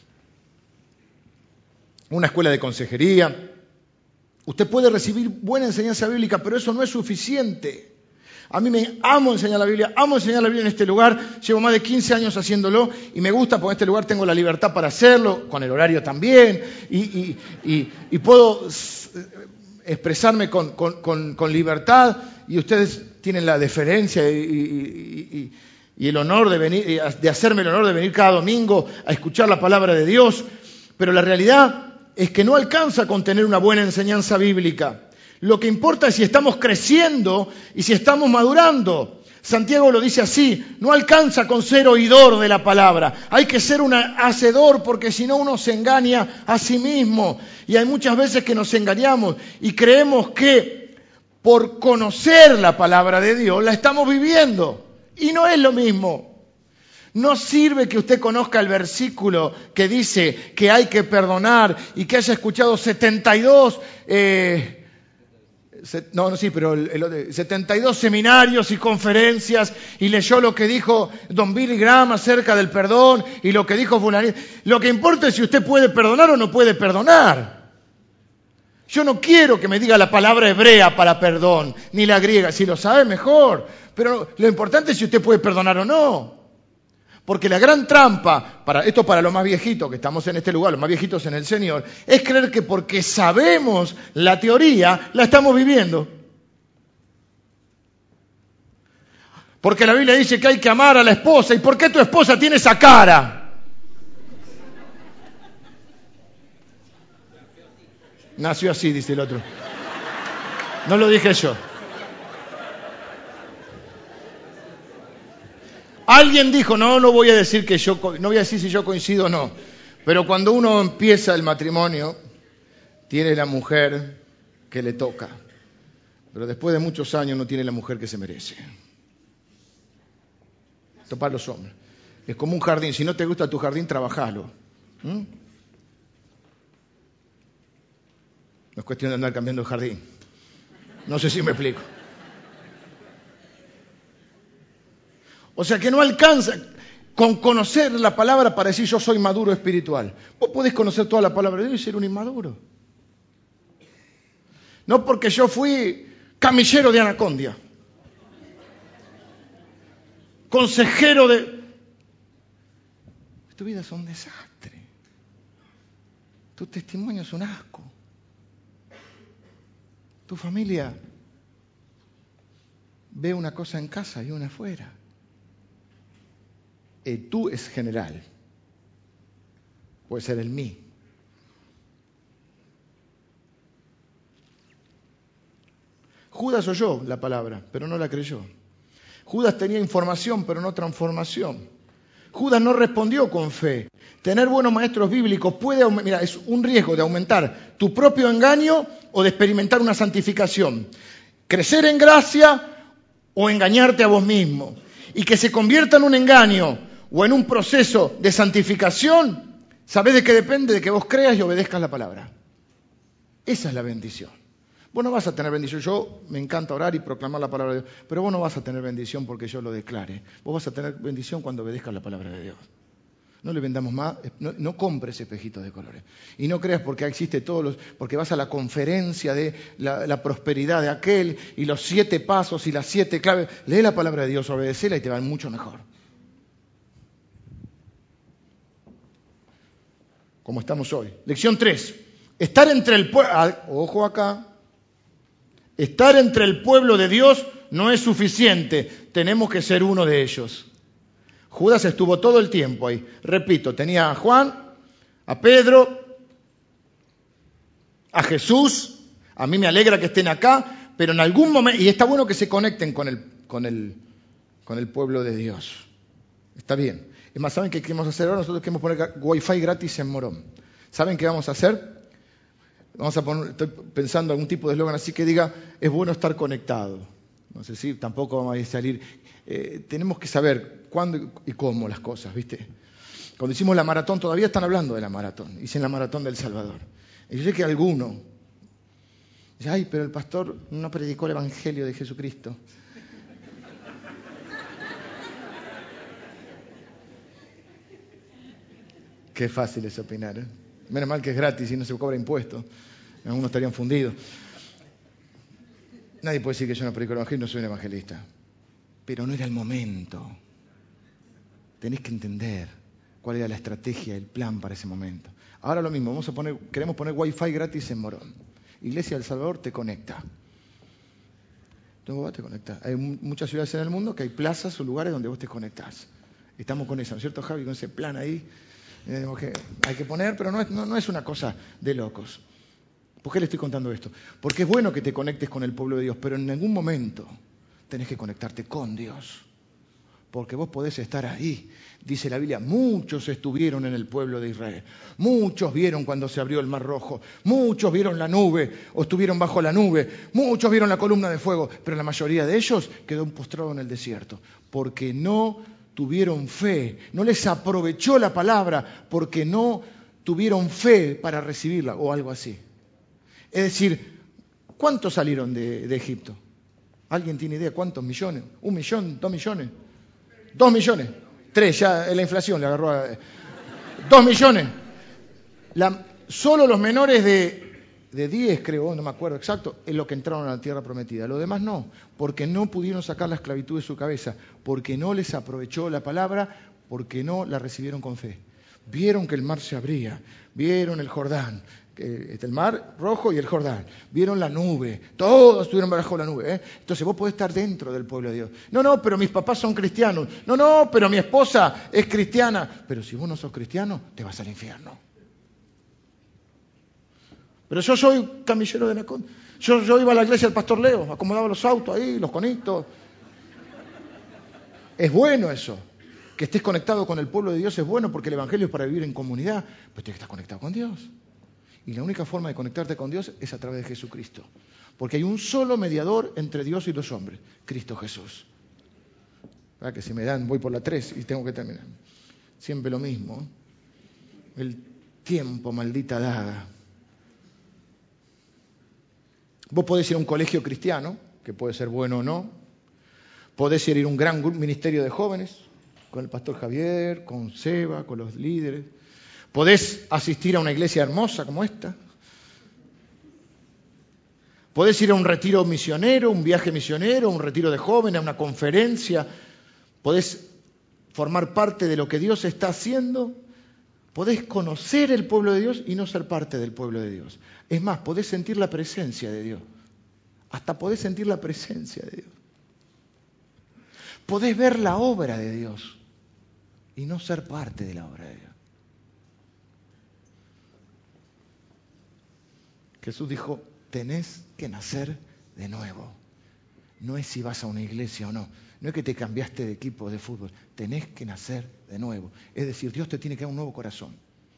una escuela de consejería. Usted puede recibir buena enseñanza bíblica, pero eso no es suficiente. A mí me amo enseñar la Biblia, amo enseñar la Biblia en este lugar, llevo más de quince años haciéndolo y me gusta porque en este lugar tengo la libertad para hacerlo, con el horario también, y, y, y, y puedo expresarme con, con, con, con libertad y ustedes tienen la deferencia y, y, y, y el honor de venir, de hacerme el honor de venir cada domingo a escuchar la palabra de Dios, pero la realidad es que no alcanza con tener una buena enseñanza bíblica. Lo que importa es si estamos creciendo y si estamos madurando. Santiago lo dice así, no alcanza con ser oidor de la palabra, hay que ser un hacedor porque si no uno se engaña a sí mismo. Y hay muchas veces que nos engañamos y creemos que por conocer la palabra de Dios la estamos viviendo. Y no es lo mismo. No sirve que usted conozca el versículo que dice que hay que perdonar y que haya escuchado setenta y dos... Eh, No, no, sí, pero el, el, setenta y dos seminarios y conferencias y leyó lo que dijo don Billy Graham acerca del perdón y lo que dijo fulanito. Lo que importa es si usted puede perdonar o no puede perdonar. Yo no quiero que me diga la palabra hebrea para perdón, ni la griega. Si lo sabe, mejor. Pero lo importante es si usted puede perdonar o no. Porque la gran trampa, para esto para los más viejitos que estamos en este lugar, los más viejitos en el Señor, es creer que porque sabemos la teoría, la estamos viviendo. Porque la Biblia dice que hay que amar a la esposa. ¿Y por qué tu esposa tiene esa cara? Nació así, dice el otro. No lo dije yo. Alguien dijo, no, no voy a decir que yo, no voy a decir si yo coincido o no, pero cuando uno empieza el matrimonio, tiene la mujer que le toca, pero después de muchos años no tiene la mujer que se merece. Esto para los hombres. Es como un jardín, si no te gusta tu jardín, trabajalo. ¿Mm? No es cuestión de andar cambiando el jardín. No sé si me explico. O sea que no alcanza con conocer la palabra para decir yo soy maduro espiritual. Vos podés conocer toda la palabra de Dios y ser un inmaduro. No porque yo fui camillero de Anacondia, consejero de... Tu vida es un desastre. Tu testimonio es un asco. Tu familia ve una cosa en casa y una afuera. El tú es general. Puede ser el mí. Judas oyó la palabra, pero no la creyó. Judas tenía información, pero no transformación. Judas no respondió con fe. Tener buenos maestros bíblicos puede, mira, es un riesgo de aumentar tu propio engaño o de experimentar una santificación. Crecer en gracia o engañarte a vos mismo. Y que se convierta en un engaño o en un proceso de santificación, ¿sabés de qué depende? De que vos creas y obedezcas la palabra. Esa es la bendición. Vos no vas a tener bendición. Yo me encanta orar y proclamar la palabra de Dios, pero vos no vas a tener bendición porque yo lo declare. Vos vas a tener bendición cuando obedezcas la palabra de Dios. No le vendamos más, no, no compres espejitos de colores. Y no creas porque existe todos los, porque vas a la conferencia de la, la prosperidad de aquel y los siete pasos y las siete claves. Lee la palabra de Dios, obedecela y te va mucho mejor. Como estamos hoy. Lección tres. Estar entre el pueblo, ojo acá, estar entre el pueblo de Dios no es suficiente. Tenemos que ser uno de ellos. Judas estuvo todo el tiempo ahí. Repito, tenía a Juan, a Pedro, a Jesús. A mí me alegra que estén acá, pero en algún momento, y está bueno que se conecten con el, con el, con el pueblo de Dios. Está bien. Es más, ¿saben qué queremos hacer ahora? Nosotros queremos poner wifi gratis en Morón. ¿Saben qué vamos a hacer? Vamos a poner, estoy pensando en algún tipo de eslogan así que diga, es bueno estar conectado. No sé si tampoco vamos a salir. Eh, tenemos que saber cuándo y cómo las cosas, ¿viste? Cuando hicimos la maratón, todavía están hablando de la maratón. Hice la maratón del Salvador. Y yo sé que alguno dice, ay, pero el pastor no predicó el evangelio de Jesucristo. Qué fácil es opinar, ¿eh? Menos mal que es gratis y no se cobra impuestos. Algunos estarían fundidos. Nadie puede decir que yo no predico el evangelio, no soy un evangelista. Pero no era el momento. Tenés que entender cuál era la estrategia, el plan para ese momento. Ahora lo mismo, vamos a poner, queremos poner wifi gratis en Morón. Iglesia del Salvador te conecta. Entonces vos te conectás. Hay muchas ciudades en el mundo que hay plazas o lugares donde vos te conectás. Estamos con eso, ¿no es cierto, Javi? Con ese plan ahí. Eh, que hay que poner, pero no es, no, no es una cosa de locos. ¿Por qué le estoy contando esto? Porque es bueno que te conectes con el pueblo de Dios, pero en ningún momento tenés que conectarte con Dios. Porque vos podés estar ahí. Dice la Biblia, muchos estuvieron en el pueblo de Israel. Muchos vieron cuando se abrió el Mar Rojo. Muchos vieron la nube o estuvieron bajo la nube. Muchos vieron la columna de fuego. Pero la mayoría de ellos quedó postrado en el desierto. Porque no tuvieron fe. No les aprovechó la palabra porque no tuvieron fe para recibirla o algo así. Es decir, ¿cuántos salieron de, de Egipto? ¿Alguien tiene idea? ¿Cuántos millones? ¿Un millón? ¿Dos millones? ¿Dos millones? Tres, ya la inflación le agarró a... Dos millones. La, solo los menores de, de diez, creo, no me acuerdo exacto, es lo que entraron a la tierra prometida. Los demás no, porque no pudieron sacar la esclavitud de su cabeza, porque no les aprovechó la palabra, porque no la recibieron con fe. Vieron que el mar se abría, vieron el Jordán, el mar rojo y el Jordán, vieron la nube, todos estuvieron bajo la nube, ¿eh? Entonces vos podés estar dentro del pueblo de Dios. No, no, pero mis papás son cristianos. No, no, pero mi esposa es cristiana. Pero si vos no sos cristiano, te vas al infierno. Pero yo soy camillero de Nacón. Yo, yo iba a la iglesia del pastor Leo, acomodaba los autos ahí, los conitos. Es bueno eso. Que estés conectado con el pueblo de Dios es bueno porque el evangelio es para vivir en comunidad, pero tienes que estar conectado con Dios. Y la única forma de conectarte con Dios es a través de Jesucristo. Porque hay un solo mediador entre Dios y los hombres, Cristo Jesús. ¿Verdad? Que si me dan, voy por la tres y tengo que terminar. Siempre lo mismo. El tiempo, maldita daga. Vos podés ir a un colegio cristiano, que puede ser bueno o no. Podés ir a un gran ministerio de jóvenes, con el pastor Javier, con Seba, con los líderes. Podés asistir a una iglesia hermosa como esta. Podés ir a un retiro misionero, un viaje misionero, un retiro de jóvenes, a una conferencia. Podés formar parte de lo que Dios está haciendo. Podés conocer el pueblo de Dios y no ser parte del pueblo de Dios. Es más, podés sentir la presencia de Dios. Hasta podés sentir la presencia de Dios. Podés ver la obra de Dios y no ser parte de la obra de Dios. Jesús dijo, tenés que nacer de nuevo. No es si vas a una iglesia o no. No es que te cambiaste de equipo de fútbol. Tenés que nacer de nuevo. Es decir, Dios te tiene que dar un nuevo corazón.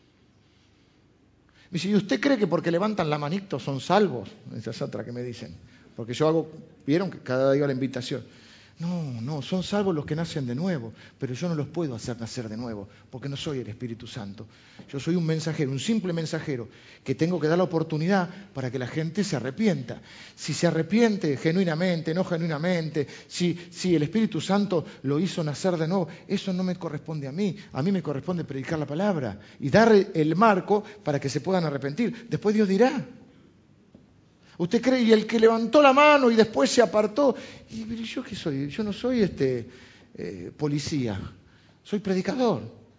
Me dice, ¿y usted cree que porque levantan la manito son salvos? Esa es otra que me dicen. Porque yo hago, vieron que cada día la invitación. No, no, son salvos los que nacen de nuevo, pero yo no los puedo hacer nacer de nuevo, porque no soy el Espíritu Santo. Yo soy un mensajero, un simple mensajero, que tengo que dar la oportunidad para que la gente se arrepienta. Si se arrepiente genuinamente, no genuinamente, si, si el Espíritu Santo lo hizo nacer de nuevo, eso no me corresponde a mí. A mí me corresponde predicar la palabra y dar el marco para que se puedan arrepentir. Después Dios dirá. ¿Usted cree? Y el que levantó la mano y después se apartó. ¿Y yo qué soy? Yo no soy este eh, policía, soy predicador.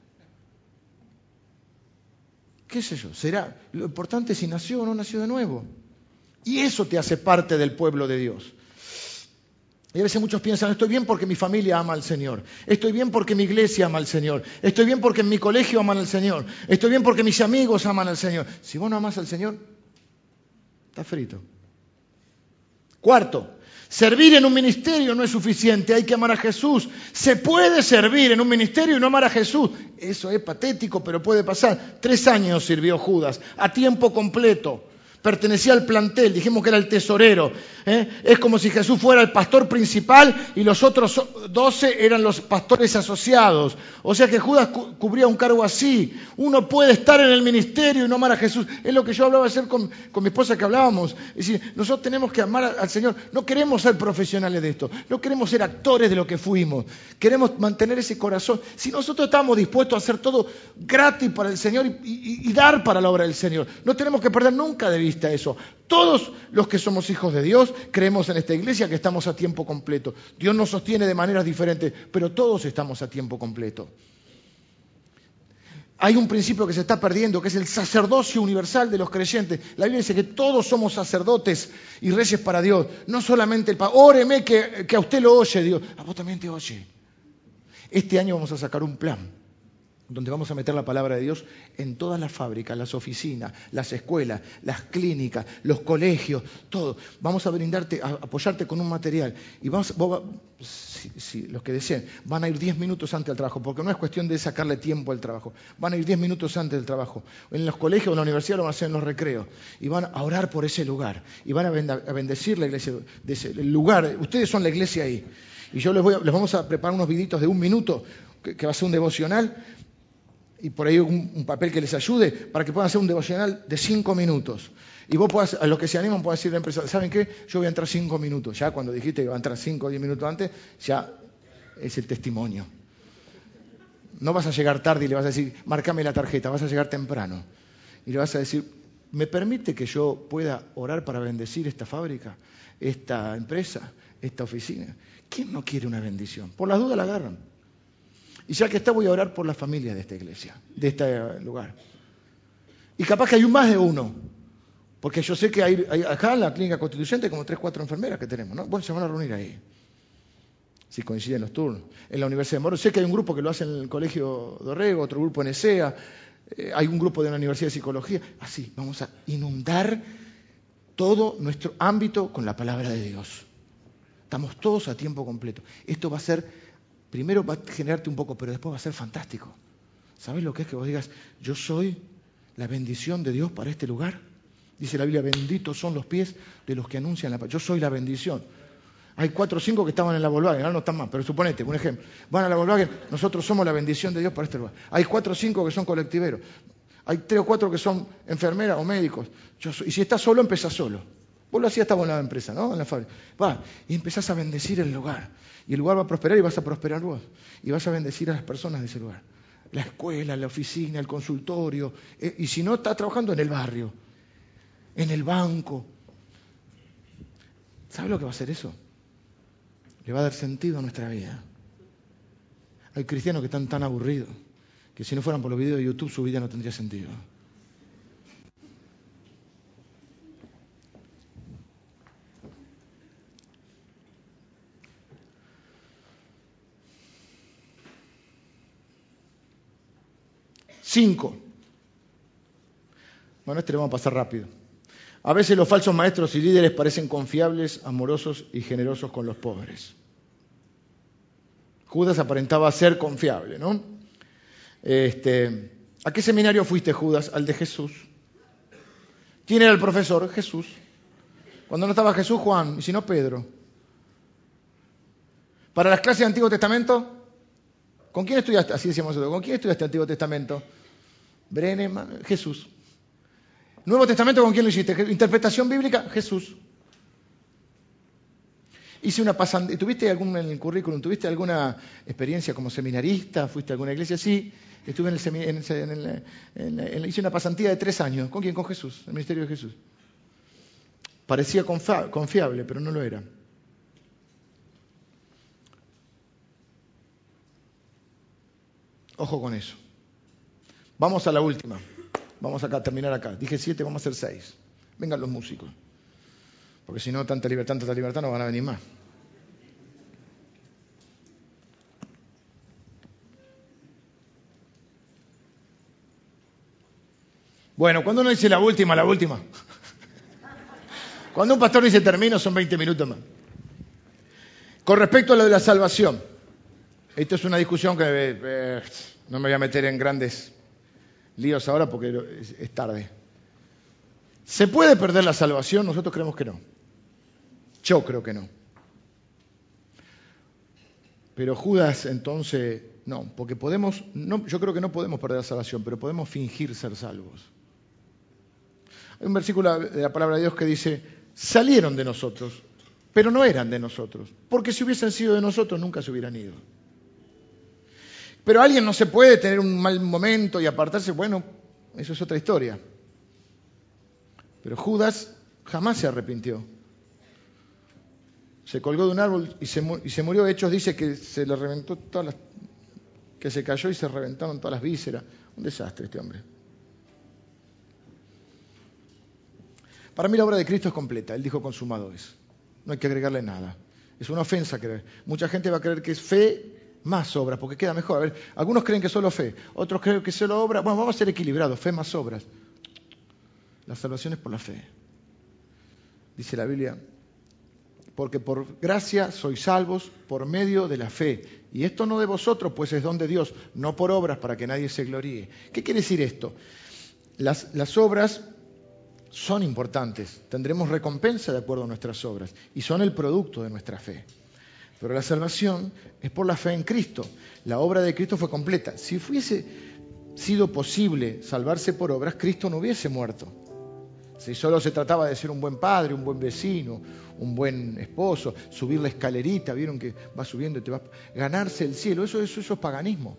¿Qué sé yo? Será, lo importante es si nació o no nació de nuevo. Y eso te hace parte del pueblo de Dios. Y a veces muchos piensan, estoy bien porque mi familia ama al Señor. Estoy bien porque mi iglesia ama al Señor. Estoy bien porque en mi colegio aman al Señor. Estoy bien porque mis amigos aman al Señor. Si vos no amás al Señor, está frito. Cuarto, servir en un ministerio no es suficiente, hay que amar a Jesús. Se puede servir en un ministerio y no amar a Jesús. Eso es patético, pero puede pasar. Tres años sirvió Judas, a tiempo completo. Pertenecía al plantel, dijimos que era el tesorero. ¿eh? Es como si Jesús fuera el pastor principal y los otros doce eran los pastores asociados. O sea que Judas cu- cubría un cargo así. Uno puede estar en el ministerio y no amar a Jesús. Es lo que yo hablaba ayer con, con mi esposa que hablábamos. Es decir, nosotros tenemos que amar al Señor. No queremos ser profesionales de esto. No queremos ser actores de lo que fuimos. Queremos mantener ese corazón. Si nosotros estamos dispuestos a hacer todo gratis para el Señor y, y, y dar para la obra del Señor, no tenemos que perder nunca de vista eso. Todos los que somos hijos de Dios creemos en esta iglesia que estamos a tiempo completo. Dios nos sostiene de maneras diferentes, pero todos estamos a tiempo completo. Hay un principio que se está perdiendo, que es el sacerdocio universal de los creyentes. La Biblia dice que todos somos sacerdotes y reyes para Dios. No solamente el Padre. Óreme que, que a usted lo oye Dios. A vos también te oye. Este año vamos a sacar un plan donde vamos a meter la palabra de Dios en todas las fábricas, las oficinas, las escuelas, las clínicas, los colegios, todo. Vamos a brindarte, a apoyarte con un material. Y vamos, vos, si, si, los que deseen, van a ir diez minutos antes del trabajo, porque no es cuestión de sacarle tiempo al trabajo. Van a ir diez minutos antes del trabajo. En los colegios o en la universidad lo van a hacer en los recreos. Y van a orar por ese lugar. Y van a bendecir la iglesia, de ese, el lugar. Ustedes son la iglesia ahí. Y yo les, voy a, les vamos a preparar unos viditos de un minuto, que, que va a ser un devocional, y por ahí un, un papel que les ayude para que puedan hacer un devocional de cinco minutos. Y vos podás, a los que se animan, podés decirle a la empresa, ¿saben qué? Yo voy a entrar cinco minutos. Ya cuando dijiste que iba a entrar cinco o diez minutos antes, ya es el testimonio. No vas a llegar tarde y le vas a decir, márcame la tarjeta, vas a llegar temprano. Y le vas a decir, ¿me permite que yo pueda orar para bendecir esta fábrica, esta empresa, esta oficina? ¿Quién no quiere una bendición? Por las dudas la agarran. Y ya que está, voy a orar por la familia de esta iglesia, de este lugar. Y capaz que hay un más de uno. Porque yo sé que hay, hay acá en la clínica constituyente hay como tres, cuatro enfermeras que tenemos, ¿no? Bueno, se van a reunir ahí. Si coinciden los turnos. En la Universidad de Morón, sé que hay un grupo que lo hace en el Colegio Dorrego, otro grupo en ESEA, eh, hay un grupo de la Universidad de Psicología. Así, vamos a inundar todo nuestro ámbito con la palabra de Dios. Estamos todos a tiempo completo. Esto va a ser, primero va a generarte un poco, pero después va a ser fantástico. ¿Sabes lo que es que vos digas, yo soy la bendición de Dios para este lugar? Dice la Biblia, benditos son los pies de los que anuncian la paz. Yo soy la bendición. Hay cuatro o cinco que estaban en la Volkswagen, ahora no están más, pero suponete, un ejemplo. Van a la Volkswagen, nosotros somos la bendición de Dios para este lugar. Hay cuatro o cinco que son colectiveros. Hay tres o cuatro que son enfermeras o médicos. Yo soy, y si estás solo, empezás solo. Vos lo hacías, estaba en la empresa, ¿no? En la fábrica. Va, y empezás a bendecir el lugar. Y el lugar va a prosperar y vas a prosperar vos. Y vas a bendecir a las personas de ese lugar. La escuela, la oficina, el consultorio. Eh, y si no, estás trabajando en el barrio, en el banco. ¿Sabes lo que va a hacer eso? Le va a dar sentido a nuestra vida. Hay cristianos que están tan aburridos que si no fueran por los videos de YouTube su vida no tendría sentido. Cinco. Bueno, este lo vamos a pasar rápido. A veces los falsos maestros y líderes parecen confiables, amorosos y generosos con los pobres. Judas aparentaba ser confiable, ¿no? Este, ¿a qué seminario fuiste, Judas? Al de Jesús. ¿Quién era el profesor? Jesús. Cuando no estaba Jesús, Juan, y si no, Pedro. Para las clases de Antiguo Testamento, ¿con quién estudiaste? Así decíamos nosotros. ¿Con quién estudiaste Antiguo Testamento? Breneman, Jesús. Nuevo Testamento, ¿con quién lo hiciste? Interpretación bíblica, Jesús. Hice una pasantía. ¿Tuviste algún en el currículum? ¿Tuviste alguna experiencia como seminarista? ¿Fuiste a alguna iglesia? Sí. Estuve en el, semi, en el, en el, en el hice una pasantía de tres años. ¿Con quién? Con Jesús, el ministerio de Jesús. Parecía confiable, pero no lo era. Ojo con eso. Vamos a la última. Vamos acá a terminar acá. Dije siete, vamos a hacer seis. Vengan los músicos. Porque si no, tanta libertad, tanta libertad, no van a venir más. Bueno, cuando uno dice la última, la última. Cuando un pastor dice termino, son veinte minutos más. Con respecto a lo de la salvación. Esto es una discusión que eh, no me voy a meter en grandes líos ahora porque es, es tarde. ¿Se puede perder la salvación? Nosotros creemos que no. Yo creo que no. Pero Judas, entonces, no, porque podemos, no, yo creo que no podemos perder la salvación, pero podemos fingir ser salvos. Hay un versículo de la palabra de Dios que dice, salieron de nosotros, pero no eran de nosotros, porque si hubiesen sido de nosotros nunca se hubieran ido. Pero alguien no se puede tener un mal momento y apartarse, bueno, eso es otra historia. Pero Judas jamás se arrepintió. Se colgó de un árbol y se, y se murió. Hechos dice que se le reventó todas las, que se cayó y se reventaron todas las vísceras. Un desastre este hombre. Para mí la obra de Cristo es completa. Él dijo consumado es. No hay que agregarle nada. Es una ofensa creer. Mucha gente va a creer que es fe más obras, porque queda mejor. A ver, algunos creen que solo fe, otros creen que solo obra. Bueno, vamos a ser equilibrados, fe más obras. La salvación es por la fe. Dice la Biblia, porque por gracia sois salvos por medio de la fe. Y esto no de vosotros, pues es don de Dios, no por obras para que nadie se gloríe. ¿Qué quiere decir esto? Las, las obras son importantes, tendremos recompensa de acuerdo a nuestras obras y son el producto de nuestra fe. Pero la salvación es por la fe en Cristo. La obra de Cristo fue completa. Si fuese sido posible salvarse por obras, Cristo no hubiese muerto. Si solo se trataba de ser un buen padre, un buen vecino, un buen esposo, subir la escalerita, vieron que va subiendo y te va a ganarse el cielo, eso, eso, eso es paganismo.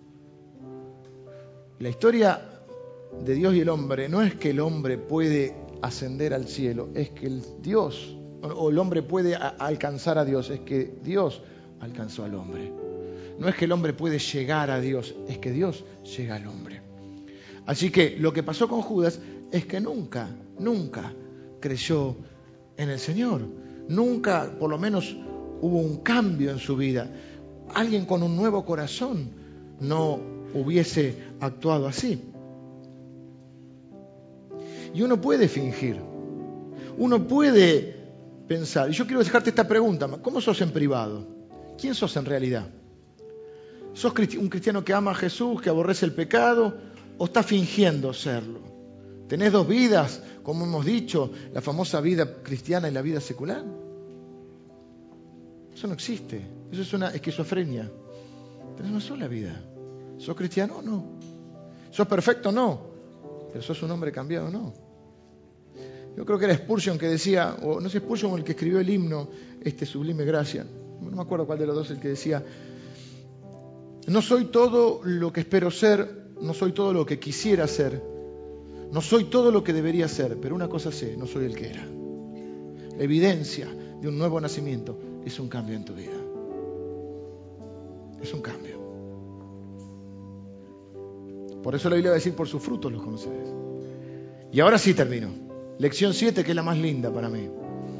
La historia de Dios y el hombre no es que el hombre puede ascender al cielo, es que el Dios, o el hombre puede a, alcanzar a Dios, es que Dios alcanzó al hombre. No es que el hombre puede llegar a Dios, es que Dios llega al hombre. Así que lo que pasó con Judas es que nunca, nunca creyó en el Señor. Nunca, por lo menos, hubo un cambio en su vida. Alguien con un nuevo corazón no hubiese actuado así. Y uno puede fingir. Uno puede pensar. Y yo quiero dejarte esta pregunta. ¿Cómo sos en privado? ¿Quién sos en realidad? ¿Sos un cristiano que ama a Jesús, que aborrece el pecado? ¿O estás fingiendo serlo? ¿Tenés dos vidas, como hemos dicho, la famosa vida cristiana y la vida secular? Eso no existe. Eso es una esquizofrenia. Tenés una sola vida. ¿Sos cristiano o no? ¿Sos perfecto o no? Pero sos un hombre cambiado o no. Yo creo que era Spurgeon que decía, o no sé, Spurgeon el que escribió el himno, este Sublime Gracia. No me acuerdo cuál de los dos el que decía, no soy todo lo que espero ser, no soy todo lo que quisiera ser, no soy todo lo que debería ser, pero una cosa sé, no soy el que era. La evidencia de un nuevo nacimiento es un cambio en tu vida. Es un cambio. Por eso la Biblia va a decir, por sus frutos los conoceréis. Y ahora sí termino. Lección siete, que es la más linda para mí.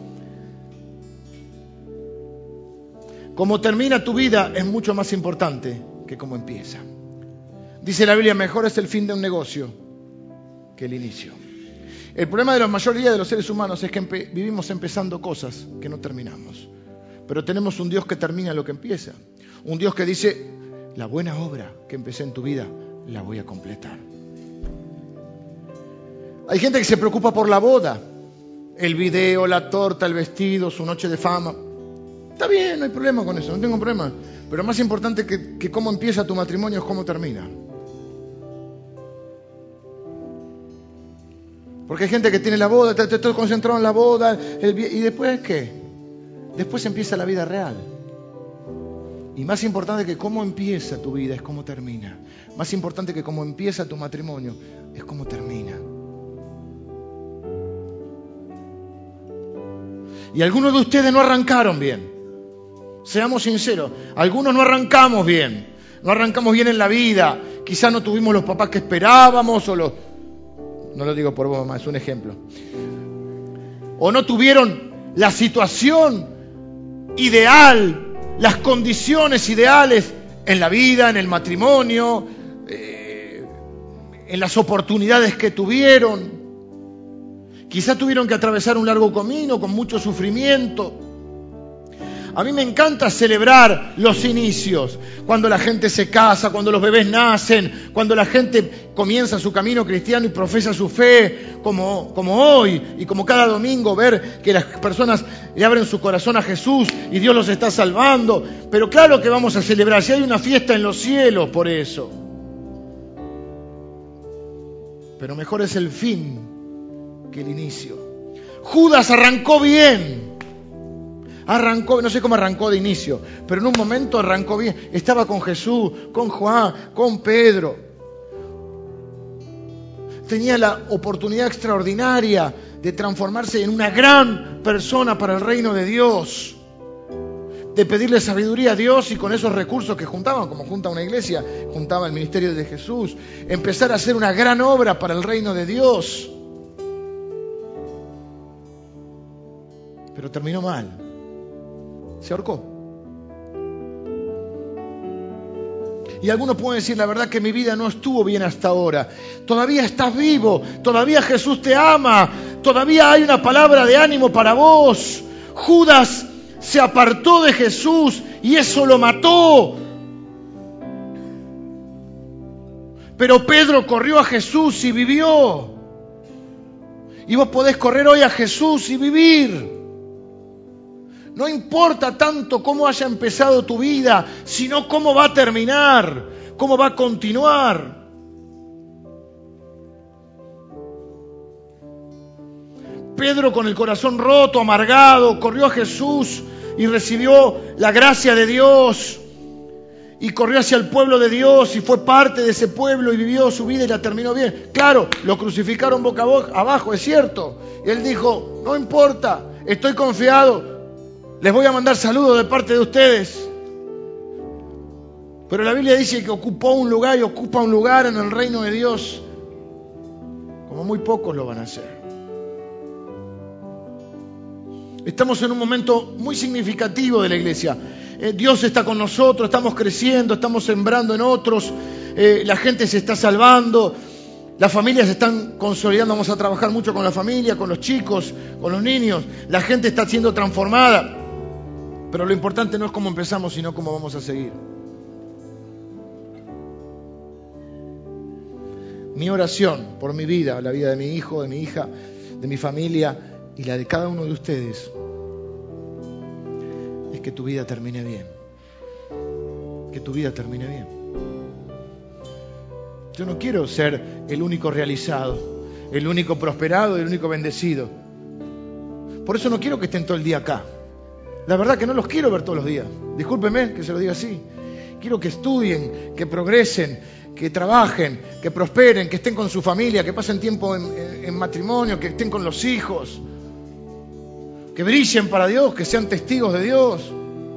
Como termina tu vida es mucho más importante que cómo empieza. Dice la Biblia, mejor es el fin de un negocio que el inicio. El problema de la mayoría de los seres humanos es que empe- vivimos empezando cosas que no terminamos. Pero tenemos un Dios que termina lo que empieza. Un Dios que dice, la buena obra que empecé en tu vida, la voy a completar. Hay gente que se preocupa por la boda, el video, la torta, el vestido, su noche de fama. Está bien, no hay problema con eso, no tengo problema. Pero más importante que, que cómo empieza tu matrimonio es cómo termina. Porque hay gente que tiene la boda, está, está concentrado en la boda, el, y después ¿qué? Después empieza la vida real. Y más importante que cómo empieza tu vida es cómo termina. Más importante que cómo empieza tu matrimonio es cómo termina. Y algunos de ustedes no arrancaron bien. Seamos sinceros, algunos no arrancamos bien. No arrancamos bien en la vida. Quizás no tuvimos los papás que esperábamos o los... No lo digo por vos, mamá, es un ejemplo. O no tuvieron la situación ideal, las condiciones ideales en la vida, en el matrimonio, eh, en las oportunidades que tuvieron. Quizá tuvieron que atravesar un largo camino con mucho sufrimiento. A mí me encanta celebrar los inicios, cuando la gente se casa, cuando los bebés nacen, cuando la gente comienza su camino cristiano y profesa su fe, como, como hoy y como cada domingo, ver que las personas le abren su corazón a Jesús y Dios los está salvando. Pero claro que vamos a celebrar, si hay una fiesta en los cielos por eso. Pero mejor es el fin que el inicio. Judas arrancó bien. Arrancó, no sé cómo arrancó de inicio, pero en un momento arrancó bien. Estaba con Jesús, con Juan, con Pedro. Tenía la oportunidad extraordinaria de transformarse en una gran persona para el reino de Dios. De pedirle sabiduría a Dios y con esos recursos que juntaban, como junta una iglesia, juntaba el ministerio de Jesús. Empezar a hacer una gran obra para el reino de Dios. Pero terminó mal. Se ahorcó. Y algunos pueden decir, la verdad que mi vida no estuvo bien hasta ahora. Todavía estás vivo, todavía Jesús te ama, todavía hay una palabra de ánimo para vos. Judas se apartó de Jesús y eso lo mató. Pero Pedro corrió a Jesús y vivió. Y vos podés correr hoy a Jesús y vivir. No importa tanto cómo haya empezado tu vida, sino cómo va a terminar, cómo va a continuar. Pedro, con el corazón roto, amargado, corrió a Jesús y recibió la gracia de Dios. Y corrió hacia el pueblo de Dios y fue parte de ese pueblo y vivió su vida y la terminó bien. Claro, lo crucificaron boca abajo, es cierto. Y él dijo, no importa, estoy confiado. Les voy a mandar saludos de parte de ustedes. Pero la Biblia dice que ocupó un lugar y ocupa un lugar en el reino de Dios como muy pocos lo van a hacer. Estamos en un momento muy significativo de la iglesia. Eh, Dios está con nosotros, estamos creciendo, estamos sembrando en otros, eh, la gente se está salvando, las familias se están consolidando, vamos a trabajar mucho con la familia, con los chicos, con los niños, la gente está siendo transformada. Pero lo importante no es cómo empezamos, sino cómo vamos a seguir. Mi oración por mi vida, la vida de mi hijo, de mi hija, de mi familia y la de cada uno de ustedes es que tu vida termine bien. Que tu vida termine bien. Yo no quiero ser el único realizado, el único prosperado, el único bendecido. Por eso no quiero que estén todo el día acá. La verdad que no los quiero ver todos los días. Discúlpeme que se lo diga así. Quiero que estudien, que progresen, que trabajen, que prosperen, que estén con su familia, que pasen tiempo en, en, en matrimonio, que estén con los hijos, que brillen para Dios, que sean testigos de Dios.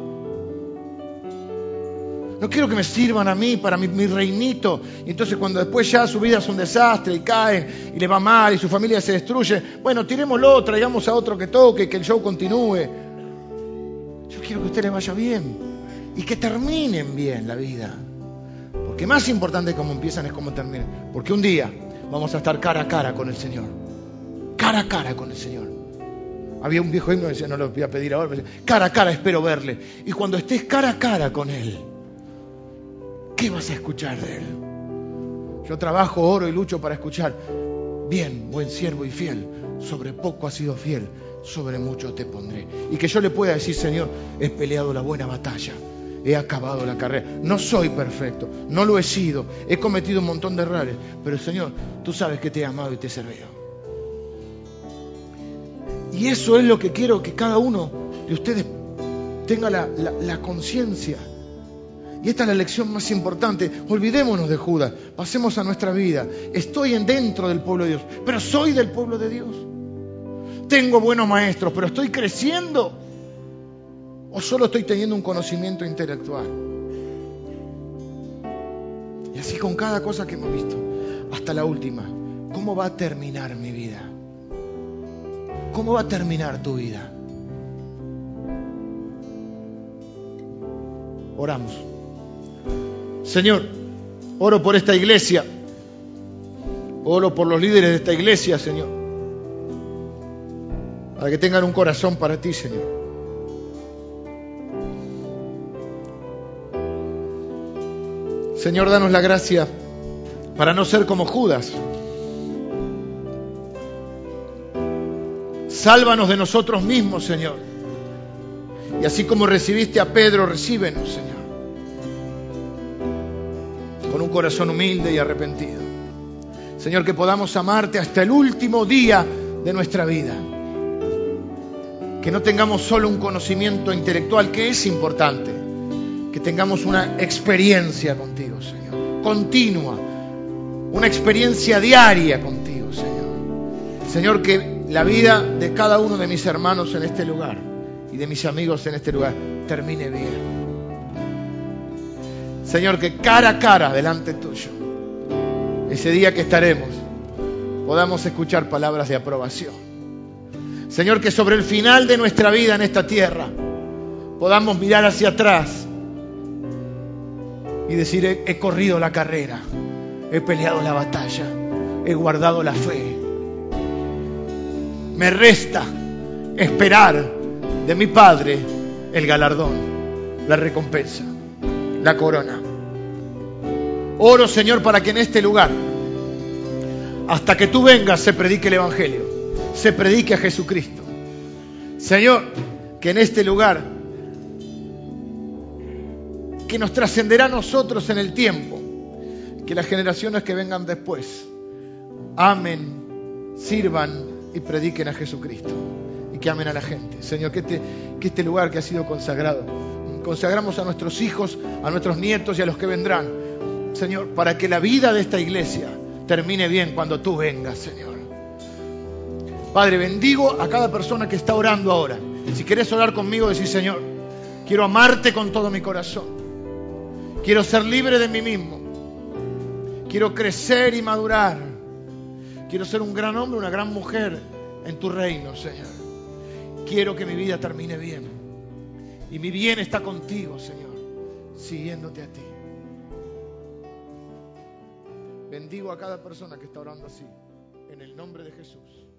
No quiero que me sirvan a mí para mi, mi reinito. Y entonces cuando después ya su vida es un desastre y caen y le va mal y su familia se destruye, bueno, tirémoslo, traigamos a otro que toque, que el show continúe. Yo quiero que a ustedes les vaya bien y que terminen bien la vida. Porque más importante cómo empiezan es cómo terminan. Porque un día vamos a estar cara a cara con el Señor. Cara a cara con el Señor. Había un viejo himno que decía, no lo voy a pedir ahora, pero decía, cara a cara espero verle. Y cuando estés cara a cara con Él, ¿qué vas a escuchar de Él? Yo trabajo, oro y lucho para escuchar. Bien, buen siervo y fiel. Sobre poco has sido fiel. sobre mucho te pondré. Y que yo le pueda decir, Señor, he peleado la buena batalla, he acabado la carrera. No soy perfecto, no lo he sido, he cometido un montón de errores, pero Señor, tú sabes que te he amado y te he servido. Y eso es lo que quiero que cada uno de ustedes tenga la, la, la conciencia. Y esta es la lección más importante. Olvidémonos de Judas, pasemos a nuestra vida. Estoy en dentro del pueblo de Dios, pero soy del pueblo de Dios. Tengo buenos maestros, pero estoy creciendo, o solo estoy teniendo un conocimiento intelectual. Y así con cada cosa que hemos visto, hasta la última. ¿Cómo va a terminar mi vida? ¿Cómo va a terminar tu vida? Oramos. Señor, oro por esta iglesia. Oro por los líderes de esta iglesia, Señor, para que tengan un corazón para ti, Señor. Señor, danos la gracia para no ser como Judas. Sálvanos de nosotros mismos, Señor. Y así como recibiste a Pedro, recíbenos, Señor, con un corazón humilde y arrepentido. Señor, que podamos amarte hasta el último día de nuestra vida. Que no tengamos solo un conocimiento intelectual, que es importante. Que tengamos una experiencia contigo, Señor, continua. Una experiencia diaria contigo, Señor. Señor, que la vida de cada uno de mis hermanos en este lugar y de mis amigos en este lugar termine bien. Señor, que cara a cara delante tuyo, ese día que estaremos, podamos escuchar palabras de aprobación. Señor, que sobre el final de nuestra vida en esta tierra podamos mirar hacia atrás y decir, he, he corrido la carrera, he peleado la batalla, he guardado la fe. Me resta esperar de mi Padre el galardón, la recompensa, la corona. Oro, Señor, para que en este lugar, hasta que tú vengas, se predique el Evangelio, se predique a Jesucristo. Señor, que en este lugar, que nos trascenderá a nosotros en el tiempo, que las generaciones que vengan después amen, sirvan y prediquen a Jesucristo y que amen a la gente. Señor, que este, que este lugar que ha sido consagrado, consagramos a nuestros hijos, a nuestros nietos y a los que vendrán, Señor, para que la vida de esta iglesia termine bien cuando tú vengas, Señor. Padre, bendigo a cada persona que está orando ahora. Si querés orar conmigo, decís, Señor, quiero amarte con todo mi corazón, quiero ser libre de mí mismo, quiero crecer y madurar. Quiero ser un gran hombre, una gran mujer en tu reino, Señor. Quiero que mi vida termine bien. Y mi bien está contigo, Señor, siguiéndote a ti. Bendigo a cada persona que está orando así, en el nombre de Jesús.